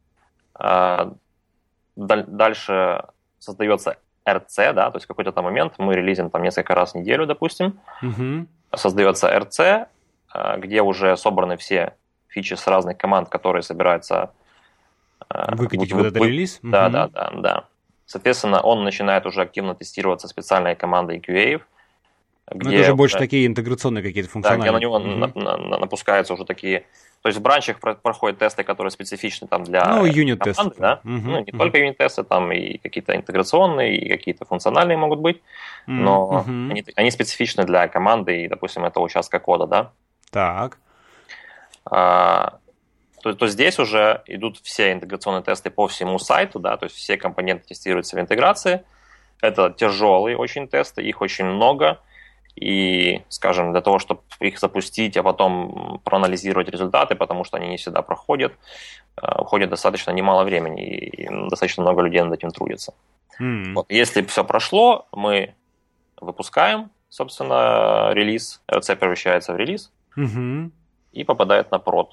Дальше создается эр си, да, то есть в какой-то там момент мы релизим там несколько раз в неделю, допустим. Uh-huh. Создается эр си, где уже собраны все фичи с разных команд, которые собираются выкатить в, в этот вы... релиз. Да, uh-huh. да, да, да. Соответственно, он начинает уже активно тестироваться специальной командой кью эй. Но это уже больше такие интеграционные какие-то функциональные. Да, где на него mm-hmm. на, на, напускаются уже такие... То есть в бранчах про- проходят тесты, которые специфичны там для ну, юнит-тесты. Да? Mm-hmm. Ну, не mm-hmm. только юнит-тесты, там и какие-то интеграционные, и какие-то функциональные могут быть, но mm-hmm. они, они специфичны для команды и, допустим, этого участка кода, да? Так. А, то, то здесь уже идут все интеграционные тесты по всему сайту, да, то есть все компоненты тестируются в интеграции. Это тяжелые очень тесты, их очень много. И, скажем, для того, чтобы их запустить, а потом проанализировать результаты, потому что они не всегда проходят, уходит достаточно немало времени, и достаточно много людей над этим трудится. Mm. Вот. Если все прошло, мы выпускаем, собственно, релиз, эр си превращается в релиз mm-hmm. и попадает на прод.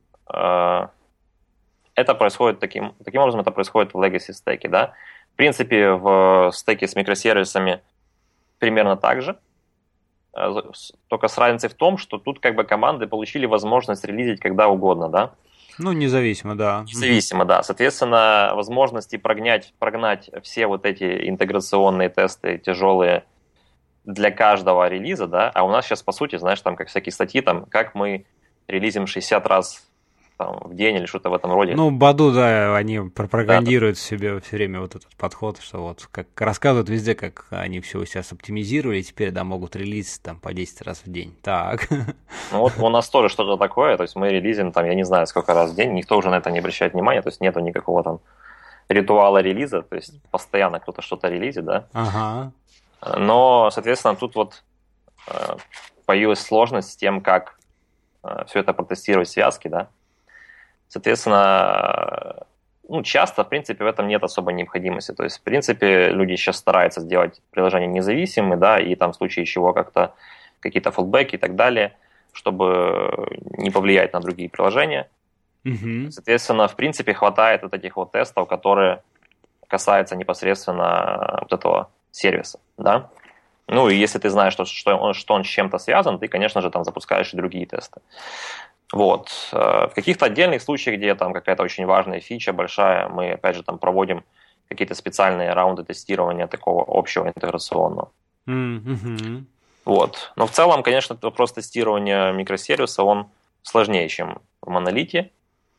Это происходит таким, таким образом, это происходит в legacy стеке, да. В принципе, в стеке с микросервисами примерно так же. Только с разницей в том, что тут как бы команды получили возможность релизить когда угодно, да? Ну, независимо, да. Независимо, да. Соответственно, возможности прогнать, прогнать все вот эти интеграционные тесты тяжелые для каждого релиза, да, а у нас сейчас, по сути, знаешь, там как всякие статьи, там, как мы релизим шестьдесят раз там, в день или что-то в этом роде. Ну, Баду, да, они пропагандируют да, себе все время вот этот подход, что вот как рассказывают везде, как они все сейчас оптимизировали, и теперь, да, могут релизить там по десять раз в день. Так. Ну, вот у нас тоже что-то такое, то есть мы релизим там, я не знаю, сколько раз в день, никто уже на это не обращает внимания, то есть нету никакого там ритуала релиза, то есть постоянно кто-то что-то релизит, да. Ага. Но, соответственно, тут вот появилась сложность с тем, как все это протестировать в связке, да. Соответственно, ну, часто, в принципе, в этом нет особой необходимости. То есть, в принципе, люди сейчас стараются сделать приложение независимым, да, и там в случае чего как-то какие-то фоллбеки и так далее, чтобы не повлиять на другие приложения. Mm-hmm. Соответственно, в принципе, хватает вот этих вот тестов, которые касаются непосредственно вот этого сервиса, да. Ну, и если ты знаешь, что, что, он, что он с чем-то связан, ты, конечно же, там запускаешь и другие тесты. Вот. В каких-то отдельных случаях, где там какая-то очень важная фича большая, мы, опять же, там проводим какие-то специальные раунды тестирования такого общего интеграционного. Mm-hmm. Вот. Но в целом, конечно, вопрос тестирования микросервиса, он сложнее, чем в монолите.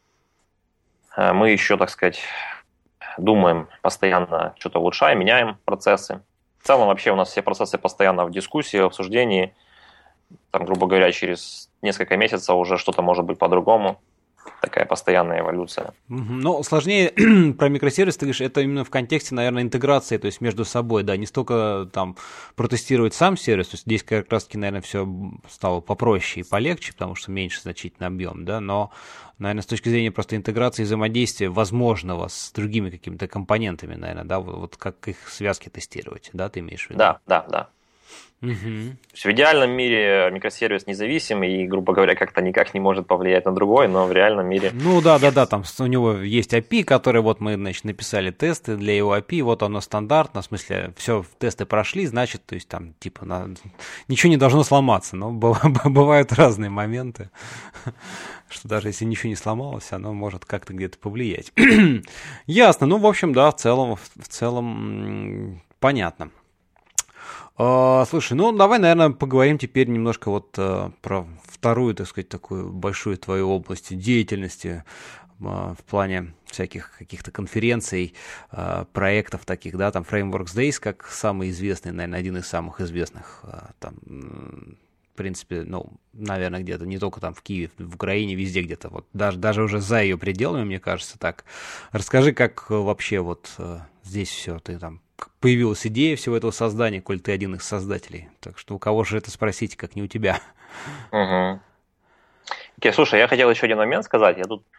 Мы еще, так сказать, думаем, постоянно что-то улучшаем, меняем процессы. В целом, вообще, у нас все процессы постоянно в дискуссии, в обсуждении. Там, грубо говоря, через несколько месяцев уже что-то может быть по-другому. Такая постоянная эволюция. Но сложнее про микросервис, ты говоришь, это именно в контексте, наверное, интеграции, то есть между собой, да, не столько там протестировать сам сервис, то есть здесь как раз-таки, наверное, все стало попроще и полегче, потому что меньше значительно объем, да, но, наверное, с точки зрения просто интеграции и взаимодействия возможного с другими какими-то компонентами, наверное, да, вот, вот как их связки тестировать, да, ты имеешь в виду? Да, да, да. Угу. В идеальном мире микросервис независимый и, грубо говоря, как-то никак не может повлиять на другой, но в реальном мире... Ну да, да, да, там у него есть эй пи ай, который вот мы, значит, написали тесты для его эй пи ай, вот оно стандартно, в смысле, все тесты прошли, значит, то есть там, типа, на... ничего не должно сломаться, но бывают разные моменты, что даже если ничего не сломалось, оно может как-то где-то повлиять. Ясно, ну, в общем, да, в целом, в целом понятно. А, слушай, ну давай, наверное, поговорим теперь немножко вот а, про вторую, так сказать, такую большую твою область деятельности а, в плане всяких каких-то конференций, а, проектов таких, да, там Frameworks Days, как самый известный, наверное, один из самых известных, а, там, в принципе, ну, наверное, где-то не только там в Киеве, в Украине, везде где-то, вот, даже, даже уже за ее пределами, мне кажется, так. Расскажи, как вообще вот а, здесь все, ты там, появилась идея всего этого создания, коль ты один из создателей. Так что у кого же это спросить, как не у тебя? Угу. Окей, слушай, я хотел еще один момент сказать. Я тут,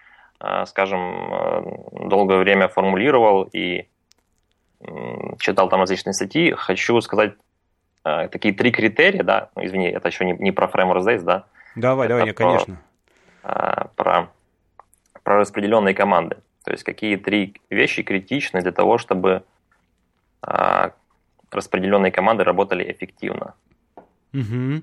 скажем, долгое время формулировал и читал там различные статьи. Хочу сказать такие три критерия, да, ну, извини, это еще не, не про Frameworks Days, да? Давай, это давай, не, про, конечно. Про, про распределенные команды. То есть какие три вещи критичны для того, чтобы распределенные команды работали эффективно. Угу.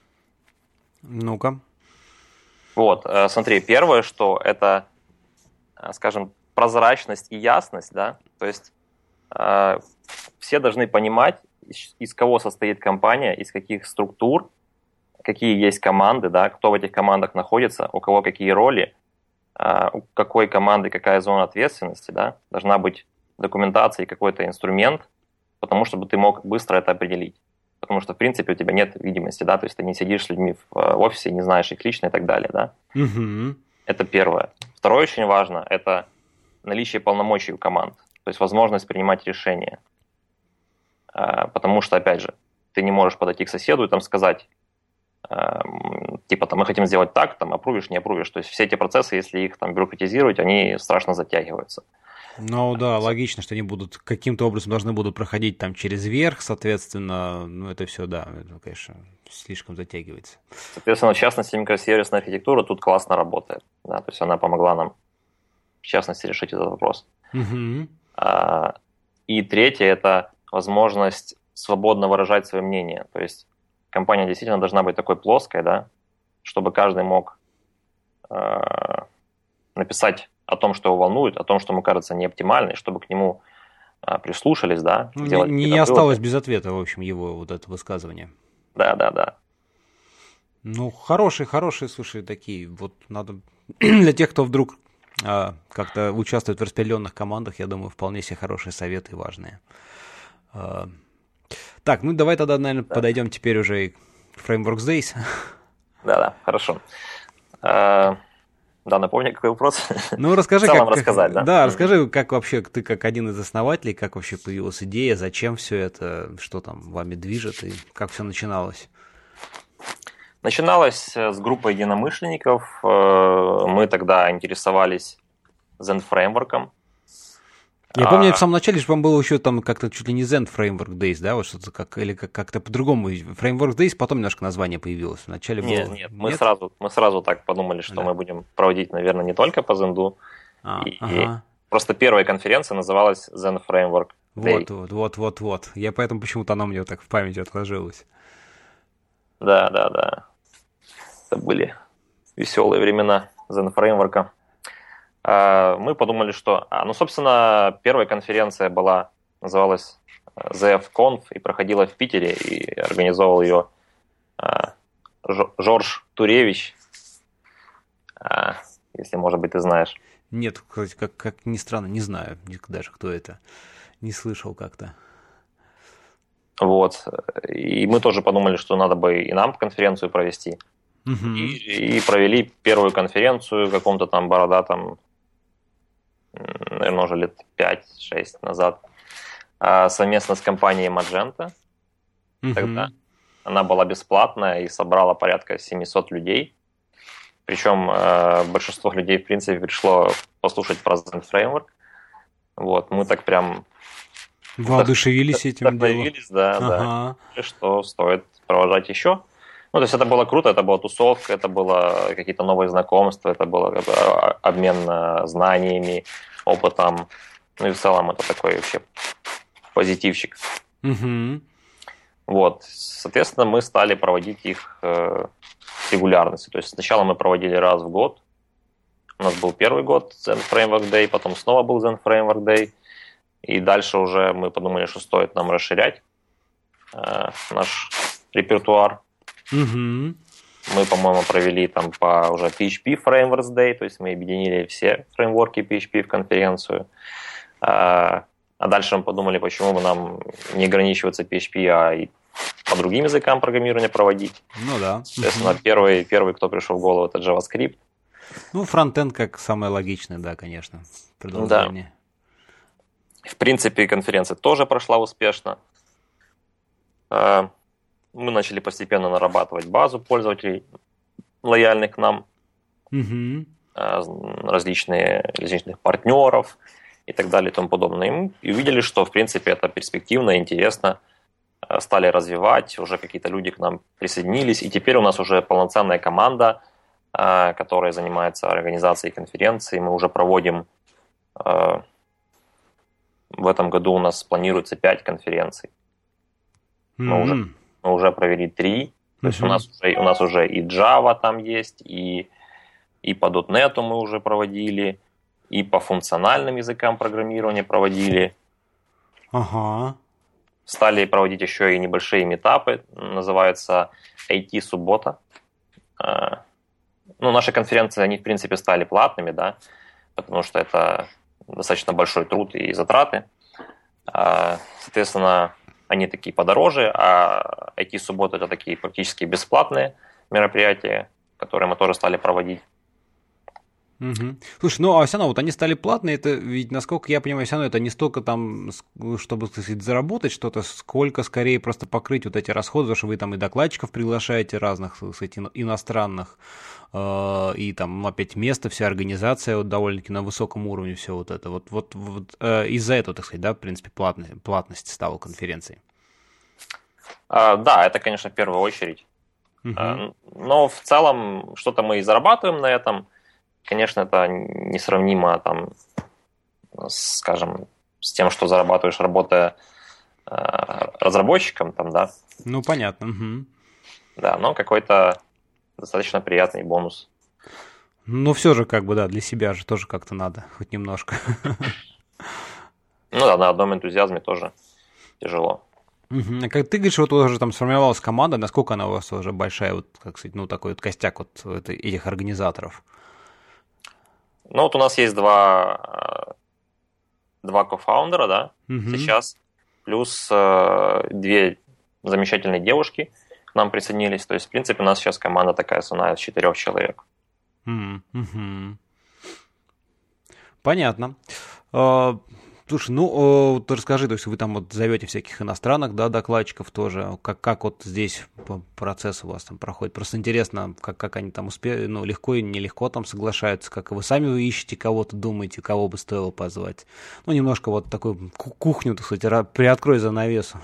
Ну-ка. Вот, смотри, первое, что это, скажем, прозрачность и ясность, да, то есть э, все должны понимать, из, из кого состоит компания, из каких структур, какие есть команды, да, кто в этих командах находится, у кого какие роли, э, у какой команды какая зона ответственности, да, должна быть документация и какой-то инструмент, потому чтобы ты мог быстро это определить. Потому что, в принципе, у тебя нет видимости, да, то есть ты не сидишь с людьми в офисе, не знаешь их лично и так далее, да. Угу. Это первое. Второе очень важно, это наличие полномочий у команд, то есть возможность принимать решения. Потому что, опять же, ты не можешь подойти к соседу и там сказать, типа, там, мы хотим сделать так, там, опрувишь, не опрувишь. То есть все эти процессы, если их там бюрократизировать, они страшно затягиваются. Ну да, логично, что они будут каким-то образом должны будут проходить там через верх, соответственно, ну это все, да, это, конечно, слишком затягивается. Соответственно, в частности, микросервисная архитектура тут классно работает, да, то есть она помогла нам, в частности, решить этот вопрос. Угу. А, и третье – это возможность свободно выражать свое мнение, то есть компания действительно должна быть такой плоской, да, чтобы каждый мог э, написать о том, что его волнует, о том, что ему кажется неоптимальным, чтобы к нему а, прислушались, да. Ну, не не осталось без ответа, в общем, его вот это высказывание. Да, да, да. Ну, хорошие, хорошие, слушай, такие, вот надо, для тех, кто вдруг а, как-то участвует в распределенных командах, я думаю, вполне себе хорошие советы и важные. А, так, ну давай тогда, наверное, да. подойдем теперь уже к Frameworks Days. Да-да, хорошо. А... Да, напомни, какой вопрос. Ну, расскажи, в целом как, рассказать, как, да? Да, расскажи, как вообще, ты как один из основателей, как вообще появилась идея, зачем все это, что там вами движет и как все начиналось? Начиналось с группы единомышленников. Мы тогда интересовались Zend Framework. Я помню, а... в самом начале, по-моему, было еще там как-то чуть ли не Zend Framework Days, да, вот что-то как, или как- как-то по-другому. Framework Days, потом немножко название появилось. Вначале Нет, было... нет, мы, нет? Сразу, мы сразу так подумали, что да. мы будем проводить, наверное, не только по Zend. А, и, ага. и просто первая конференция называлась Zend Framework Day. Вот, вот, вот, вот, вот. Я поэтому почему-то оно мне вот так в памяти отложилось. Да, да, да. Это были веселые времена Zend Framework. Мы подумали, что... Ну, собственно, первая конференция была, называлась зет эф конф и проходила в Питере, и организовал ее Жорж Туревич, если, может быть, ты знаешь. Нет, кстати, как, как ни странно, не знаю даже, кто это. Не слышал как-то. Вот. И мы тоже подумали, что надо бы и нам конференцию провести. Угу. И, и провели первую конференцию в каком-то там бородатом, наверное, уже лет пять-шесть назад, совместно с компанией Magento. Угу. Тогда она была бесплатная и собрала порядка семьсот людей. Причем большинство людей, в принципе, пришло послушать про Zend Framework. Вот, мы так прям... Воодушевились этим делом. Да, ага. да. Что стоит продолжать еще. Ну, то есть это было круто, это была тусовка, это было какие-то новые знакомства, это был обмен знаниями, опытом. Ну и в целом это такой вообще позитивчик. Угу. Вот. Соответственно, мы стали проводить их э, с регулярностью. То есть сначала мы проводили раз в год. У нас был первый год Zend Framework Day, потом снова был Zend Framework Day. И дальше уже мы подумали, что стоит нам расширять. э, наш репертуар. Угу. Мы, по-моему, провели там по уже пи эйч пи Frameworks Day, то есть мы объединили все фреймворки пи эйч пи в конференцию. А дальше мы подумали, почему бы нам не ограничиваться пи эйч пи, а и по другим языкам программирования проводить. Ну да. Соответственно, угу. первый, первый, кто пришел в голову, это JavaScript. Ну, фронтенд как самое логичное, да, конечно, продолжение. Да. В принципе, конференция тоже прошла успешно. Мы начали постепенно нарабатывать базу пользователей, лояльных к нам, угу. различные, различных партнеров и так далее и тому подобное. И увидели, что, в принципе, это перспективно, интересно. Стали развивать, уже какие-то люди к нам присоединились. И теперь у нас уже полноценная команда, которая занимается организацией конференции. Мы уже проводим... В этом году у нас планируется пять конференций. Мы, mm-hmm. уже, мы уже провели три. То mm-hmm. есть у нас, уже, у нас уже и Java там есть, и, и по .дот нет мы уже проводили, и по функциональным языкам программирования проводили. Ага. Стали проводить еще и небольшие митапы, называются ай ти-суббота. Ну, наши конференции, они, в принципе, стали платными, да, потому что это достаточно большой труд и затраты. Соответственно, они такие подороже, а ай ти-субботы – это такие практически бесплатные мероприятия, которые мы тоже стали проводить. Угу. Слушай, ну а все равно вот они стали платные, это ведь, насколько я понимаю, все равно это не столько там, чтобы, так сказать, заработать что-то, сколько скорее просто покрыть вот эти расходы, потому что вы там и докладчиков приглашаете разных, так сказать, иностранных, э, и там опять место, вся организация вот довольно-таки на высоком уровне, все вот это. Вот, вот, вот э, из-за этого, так сказать, да, в принципе, платность, платность стала конференции. А, да, это, конечно, в первую очередь. Угу. А, но в целом что-то мы и зарабатываем на этом. Конечно, это несравнимо, там, скажем, с тем, что зарабатываешь, работая э, разработчиком, там, да. Ну, понятно. Угу. Да, но какой-то достаточно приятный бонус. Ну, все же, как бы, да, для себя же тоже как-то надо, хоть немножко. Ну да, на одном энтузиазме тоже тяжело. Угу. А как ты говоришь, вот уже там сформировалась команда, насколько она у вас уже большая, вот, как сказать, ну, такой вот костяк вот этих организаторов? Ну, вот у нас есть два, два кофаундера, да, mm-hmm. сейчас, плюс э, две замечательные девушки к нам присоединились. То есть, в принципе, у нас сейчас команда такая основная из четырех человек. Mm-hmm. Понятно. Uh, слушай, ну, uh, ты расскажи, то есть вы там вот зовете всяких иностранных, да, докладчиков тоже, как, как вот здесь процесс у вас там проходит? Просто интересно, как, как они там успели, ну, легко и нелегко там соглашаются, как вы сами вы ищете кого-то, думаете, кого бы стоило позвать. Ну, немножко вот такую кухню, так сказать, приоткрой занавесу.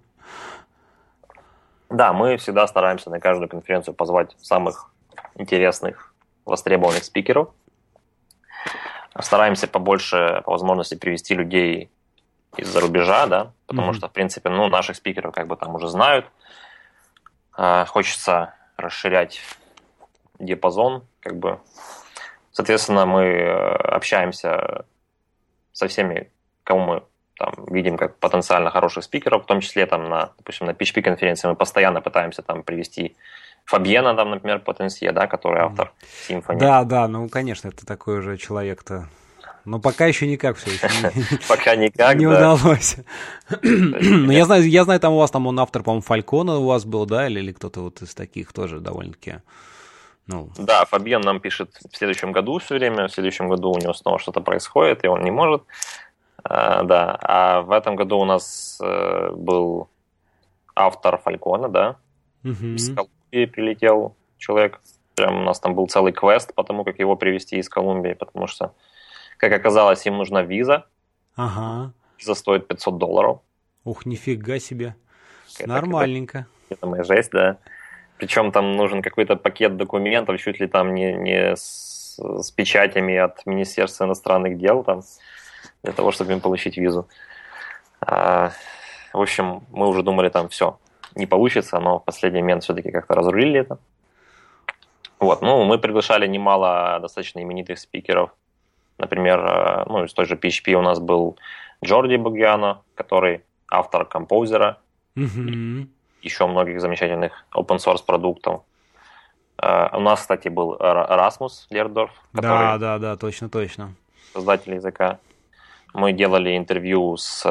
Да, мы всегда стараемся на каждую конференцию позвать самых интересных, востребованных спикеров. Стараемся побольше, по возможности, привести людей из-за рубежа, да, потому mm-hmm. что, в принципе, ну, наших спикеров как бы там уже знают. Хочется расширять диапазон, как бы. Соответственно, мы общаемся со всеми, кого мы там видим как потенциально хороших спикеров, в том числе там на, допустим, на пи эйч пи-конференции мы постоянно пытаемся там привести Фабьена, там, например, Потенсье, да, который автор Symfony. Да, да, ну, конечно, это такой уже человек-то. Но пока еще никак все еще пока никак, не удалось. Но я знаю, я знаю, там у вас там он автор, по-моему, Фалькона у вас был, да, или кто-то вот из таких тоже довольно-таки. Ну. Да, Фабьен нам пишет в следующем году все время, в следующем году у него снова что-то происходит, и он не может. А, да, а в этом году у нас э, был автор Фалькона, да, угу. из Колумбии прилетел человек, прям у нас там был целый квест по тому, как его привезти из Колумбии, потому что, как оказалось, им нужна виза, ага. виза стоит пятьсот долларов. Ух, нифига себе, это, нормальненько. Это, это моя жесть, да. Причем там нужен какой-то пакет документов, чуть ли там не, не с, с печатями от Министерства иностранных дел, там, для того, чтобы им получить визу. А, в общем, мы уже думали, там все, не получится, но в последний момент все-таки как-то разрулили это. Вот, ну, мы приглашали немало достаточно именитых спикеров. Например, ну, из той же пи эйч пи у нас был Джорди Бугиано, который автор композера Угу. Еще многих замечательных open-source продуктов. У нас, кстати, был Расмус Лердорф, который Да, да, да, точно, точно. создатель языка. Мы делали интервью с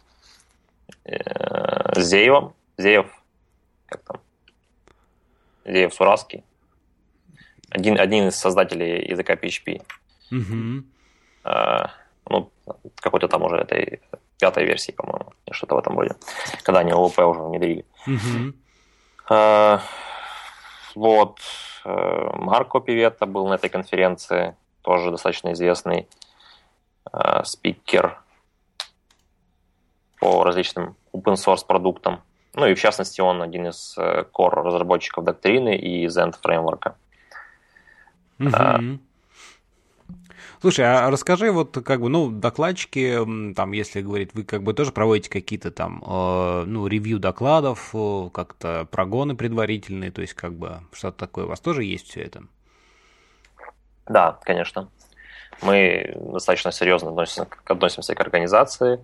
э, Зеевым. Зеев, как там? Зеев Сураский. Один, один из создателей языка пи эйч пи. Угу. Э, ну, какой-то там уже этой пятой версии, по-моему, что-то в этом роде. Когда они о вэ пэ уже внедрили. Угу. Э, вот. Марко Пиветта был на этой конференции, тоже достаточно известный э, спикер по различным open-source продуктам. Ну и в частности он один из э, core разработчиков доктрины и Zend фреймворка. Угу. А... Слушай, а расскажи, вот как бы, ну, докладчики, там, если говорить, вы как бы тоже проводите какие-то там, э, ну, ревью докладов, э, как-то прогоны предварительные, то есть как бы что-то такое у вас тоже есть все это? Да, конечно. Мы достаточно серьезно относимся, относимся к организации.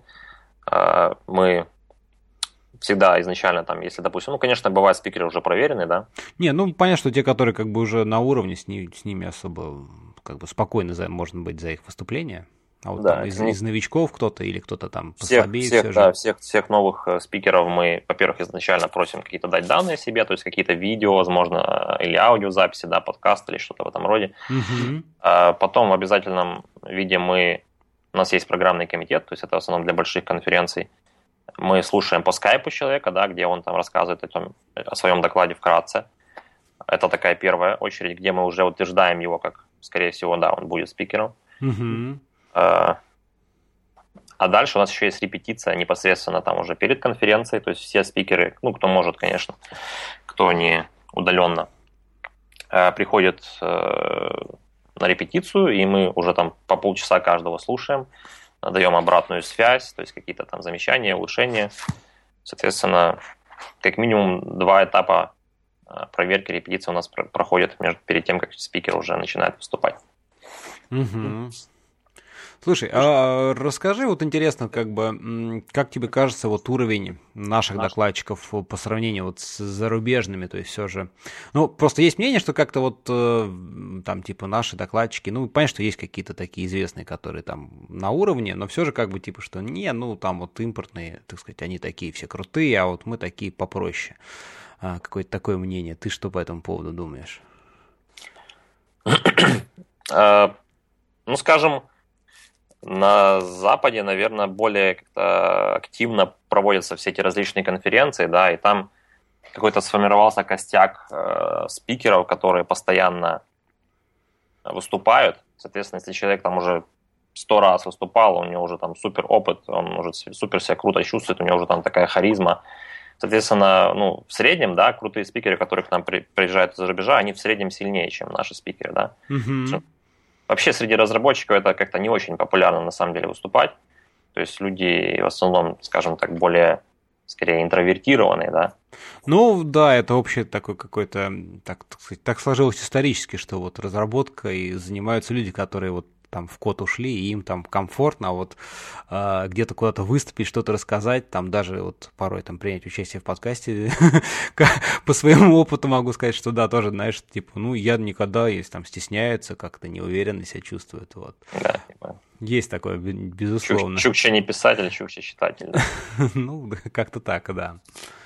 Мы всегда изначально там, если, допустим, ну, конечно, бывают спикеры уже проверенные, да? Не, ну, понятно, что те, которые как бы уже на уровне, с, ними, с ними особо как бы спокойно за, можно быть за их выступление. А вот да, там из, не... из новичков кто-то или кто-то там всех, послабее всех, все да, же. Всех, всех новых спикеров мы, во-первых, изначально просим какие-то дать данные о себе, то есть какие-то видео, возможно, или аудиозаписи, да, подкаст или что-то в этом роде. Угу. А потом в обязательном виде мы, у нас есть программный комитет, то есть это в основном для больших конференций. Мы слушаем по скайпу человека, да, где он там рассказывает о, том, о своем докладе вкратце. Это такая первая очередь, где мы уже утверждаем его, как, скорее всего, да, он будет спикером. Угу. А, а дальше у нас еще есть репетиция непосредственно там уже перед конференцией, то есть все спикеры, ну, кто может, конечно, кто не удаленно, приходят на репетицию, и мы уже там по полчаса каждого слушаем, даем обратную связь, то есть какие-то там замечания, улучшения. Соответственно, как минимум два этапа проверки репетиции у нас проходят между, перед тем, как спикер уже начинает выступать. Угу. Слушай, а расскажи, вот интересно, как бы, как тебе кажется вот уровень наших Наш... докладчиков по сравнению вот с зарубежными, то есть все же, ну, просто есть мнение, что как-то вот там типа наши докладчики, ну, понятно, что есть какие-то такие известные, которые там на уровне, но все же как бы типа, что не, ну, там вот импортные, так сказать, они такие все крутые, а вот мы такие попроще. А, какое-то такое мнение. Ты что по этому поводу думаешь? Ну, скажем, на Западе, наверное, более как-то активно проводятся все эти различные конференции, да, и там какой-то сформировался костяк э, спикеров, которые постоянно выступают. Соответственно, если человек там уже сто раз выступал, у него уже там супер опыт, он может супер себя круто чувствует, у него уже там такая харизма. Соответственно, ну, в среднем, да, крутые спикеры, которые к нам при, приезжают из-за рубежа, они в среднем сильнее, чем наши спикеры, да. Mm-hmm. Вообще среди разработчиков это как-то не очень популярно на самом деле выступать. То есть люди в основном, скажем так, более, скорее, интровертированные, да. Ну, да, это общее такое какое-то, так, так сказать, так сложилось исторически, что вот разработкой занимаются люди, которые вот там в код ушли, и им там комфортно, а вот э, где-то куда-то выступить, что-то рассказать, там даже вот порой там принять участие в подкасте, по своему опыту могу сказать, что да, тоже, знаешь, типа, ну, я никогда, если там стесняются, как-то неуверенно себя чувствуют, вот. Да, есть такое, безусловно. Чукча не писатель, Чукча читатель. Ну, как-то так, да.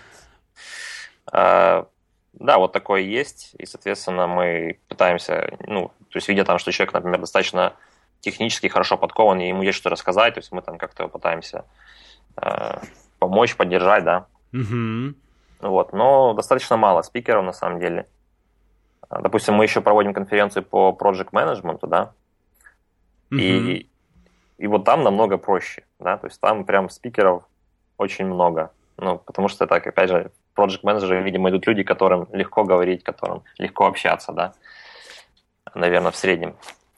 Да, вот такое есть, и, соответственно, мы пытаемся, ну, то есть, видя там, что человек, например, достаточно технически хорошо подкован, и ему есть что рассказать, то есть мы там как-то пытаемся э, помочь, поддержать, да. Mm-hmm. Вот, но достаточно мало спикеров, на самом деле. Допустим, мы еще проводим конференцию по project management, да, mm-hmm. и, и вот там намного проще, да, то есть там прям спикеров очень много, ну, потому что так, опять же, project менеджеры, видимо, идут люди, которым легко говорить, которым легко общаться, да, наверное, в среднем.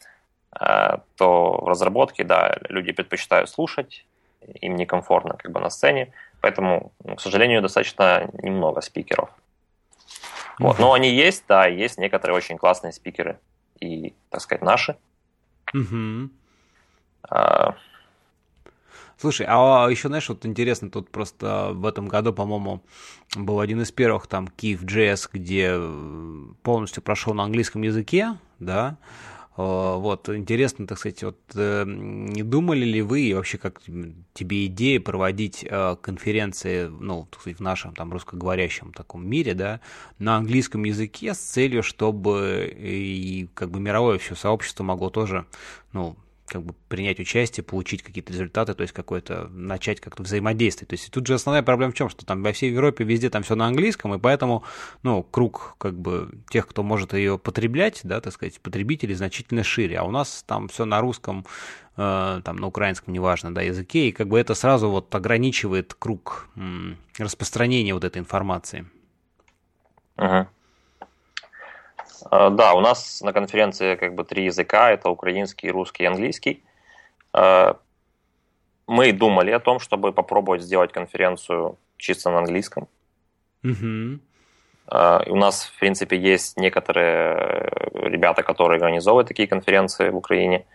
То в разработке, да, люди предпочитают слушать, им некомфортно как бы на сцене, поэтому, ну, к сожалению, достаточно немного спикеров. Mm-hmm. Вот. Но они есть, да, есть некоторые очень классные спикеры, и, так сказать, наши. Mm-hmm. А... Слушай, а еще, знаешь, вот интересно, тут просто в этом году, по-моему, был один из первых там Киев.js, где полностью прошел на английском языке, да. Вот, интересно, так сказать, вот не думали ли вы, и вообще как тебе идея проводить конференции, ну, так сказать, в нашем там русскоговорящем таком мире, да, на английском языке с целью, чтобы и как бы мировое все сообщество могло тоже, ну, как бы принять участие, получить какие-то результаты, то есть какое-то, начать как-то взаимодействовать. То есть тут же основная проблема в чем, что там во всей Европе везде там все на английском, и поэтому, ну, круг как бы тех, кто может ее потреблять, да, так сказать, потребителей значительно шире, а у нас там все на русском, э, там на украинском, неважно, да, языке, и как бы это сразу вот ограничивает круг м, распространения вот этой информации. Uh-huh. Да, у нас на конференции как бы три языка, это украинский, русский и английский. Мы думали о том, чтобы попробовать сделать конференцию чисто на английском. Mm-hmm. У нас, в принципе, есть некоторые ребята, которые организовывают такие конференции в Украине.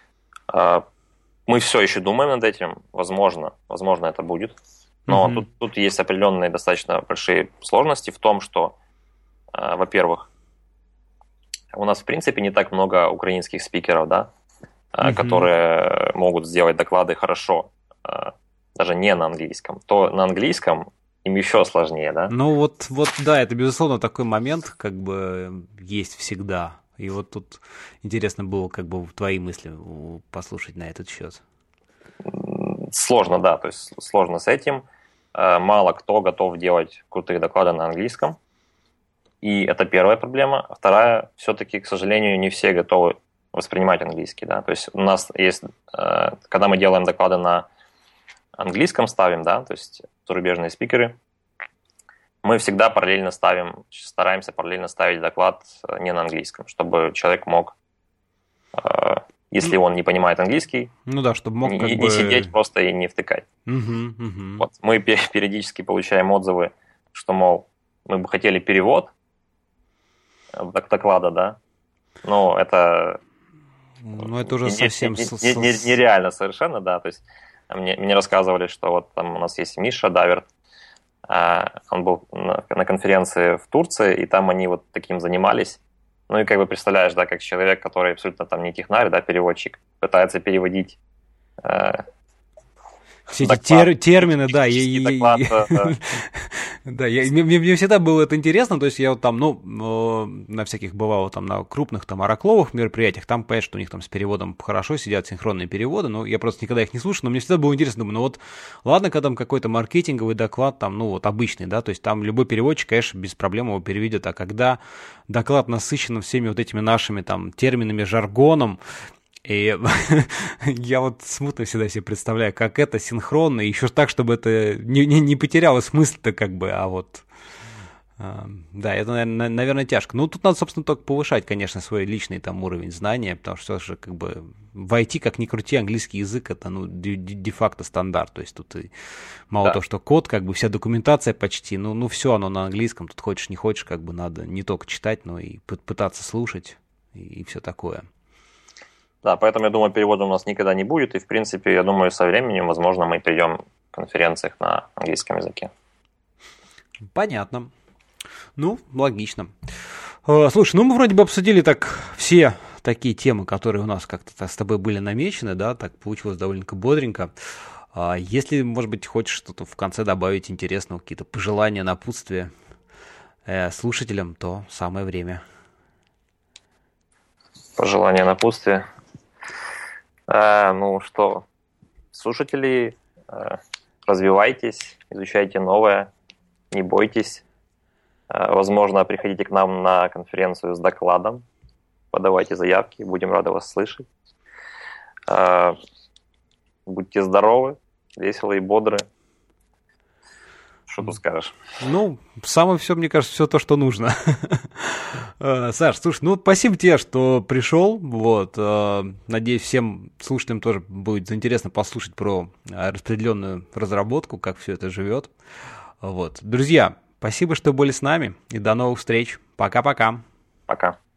Мы все еще думаем над этим, возможно, возможно это будет. Но mm-hmm. тут, тут есть определенные достаточно большие сложности в том, что, во-первых, у нас, в принципе, не так много украинских спикеров, да, mm-hmm. которые могут сделать доклады хорошо, даже не на английском. То на английском им еще сложнее, да? Ну вот, вот да, это, безусловно, такой момент, как бы, есть всегда. И вот тут интересно было, как бы, твои мысли послушать на этот счет. Сложно, да, то есть сложно с этим. Мало кто готов делать крутые доклады на английском. И это первая проблема. Вторая, все-таки, к сожалению, не все готовы воспринимать английский. Да? То есть у нас есть, когда мы делаем доклады на английском, ставим, да, то есть зарубежные спикеры, мы всегда параллельно ставим, стараемся параллельно ставить доклад не на английском, чтобы человек мог, если он не понимает английский, ну да, чтобы мог не, как не бы... сидеть просто и не втыкать. Угу, угу. Вот. Мы периодически получаем отзывы, что, мол, мы бы хотели перевод доклада, да, но это, ну, это уже не, совсем не, не, не, нереально совершенно, да, то есть мне, мне рассказывали, что вот там у нас есть Миша Даверт, он был на, на конференции в Турции, и там они вот таким занимались, ну и как бы представляешь, да, как человек, который абсолютно там не технарь, да, переводчик, пытается переводить все эти тер, термины, да, и, доклад, и, да. Да, я, мне, мне всегда было это интересно, то есть я вот там, ну, на всяких бывало там на крупных там оракловых мероприятиях, там понятно, что у них там с переводом хорошо сидят синхронные переводы, но я просто никогда их не слушал, но мне всегда было интересно, думаю, ну вот, ладно, когда там какой-то маркетинговый доклад, там, ну вот обычный, да, то есть там любой переводчик, конечно, без проблем его переведет, а когда доклад насыщен всеми вот этими нашими там терминами, жаргоном, и я вот смутно всегда себе представляю, как это синхронно, и еще так, чтобы это не, не, не потеряло смысл-то как бы, а вот... Uh, да, это, наверное, наверное, тяжко. Ну, тут надо, собственно, только повышать, конечно, свой личный там уровень знания, потому что все же как бы в ай ти, как ни крути, английский язык это, ну, де-факто стандарт. То есть тут и мало да. того, что код, как бы вся документация почти, ну, ну, все оно на английском, тут хочешь, не хочешь, как бы надо не только читать, но и пытаться слушать и, и все такое. Да, поэтому, я думаю, перевода у нас никогда не будет, и, в принципе, я думаю, со временем, возможно, мы перейдем к конференциях на английском языке. Понятно. Ну, логично. Слушай, ну мы вроде бы обсудили так все такие темы, которые у нас как-то с тобой были намечены, да, так получилось довольно-таки бодренько. Если, может быть, хочешь что-то в конце добавить интересного, какие-то пожелания, напутствия слушателям, то самое время. Пожелания, напутствия. А, ну что, слушатели, развивайтесь, изучайте новое, не бойтесь. Возможно, приходите к нам на конференцию с докладом, подавайте заявки, будем рады вас слышать. Будьте здоровы, веселы и бодры. Что ты скажешь? Ну, самое все, мне кажется, все то, что нужно. Саш, слушай, ну, спасибо тебе, что пришел. Вот, надеюсь, всем слушателям тоже будет интересно послушать про распределенную разработку, как все это живет. Вот, друзья, спасибо, что были с нами, и до новых встреч. Пока-пока. Пока.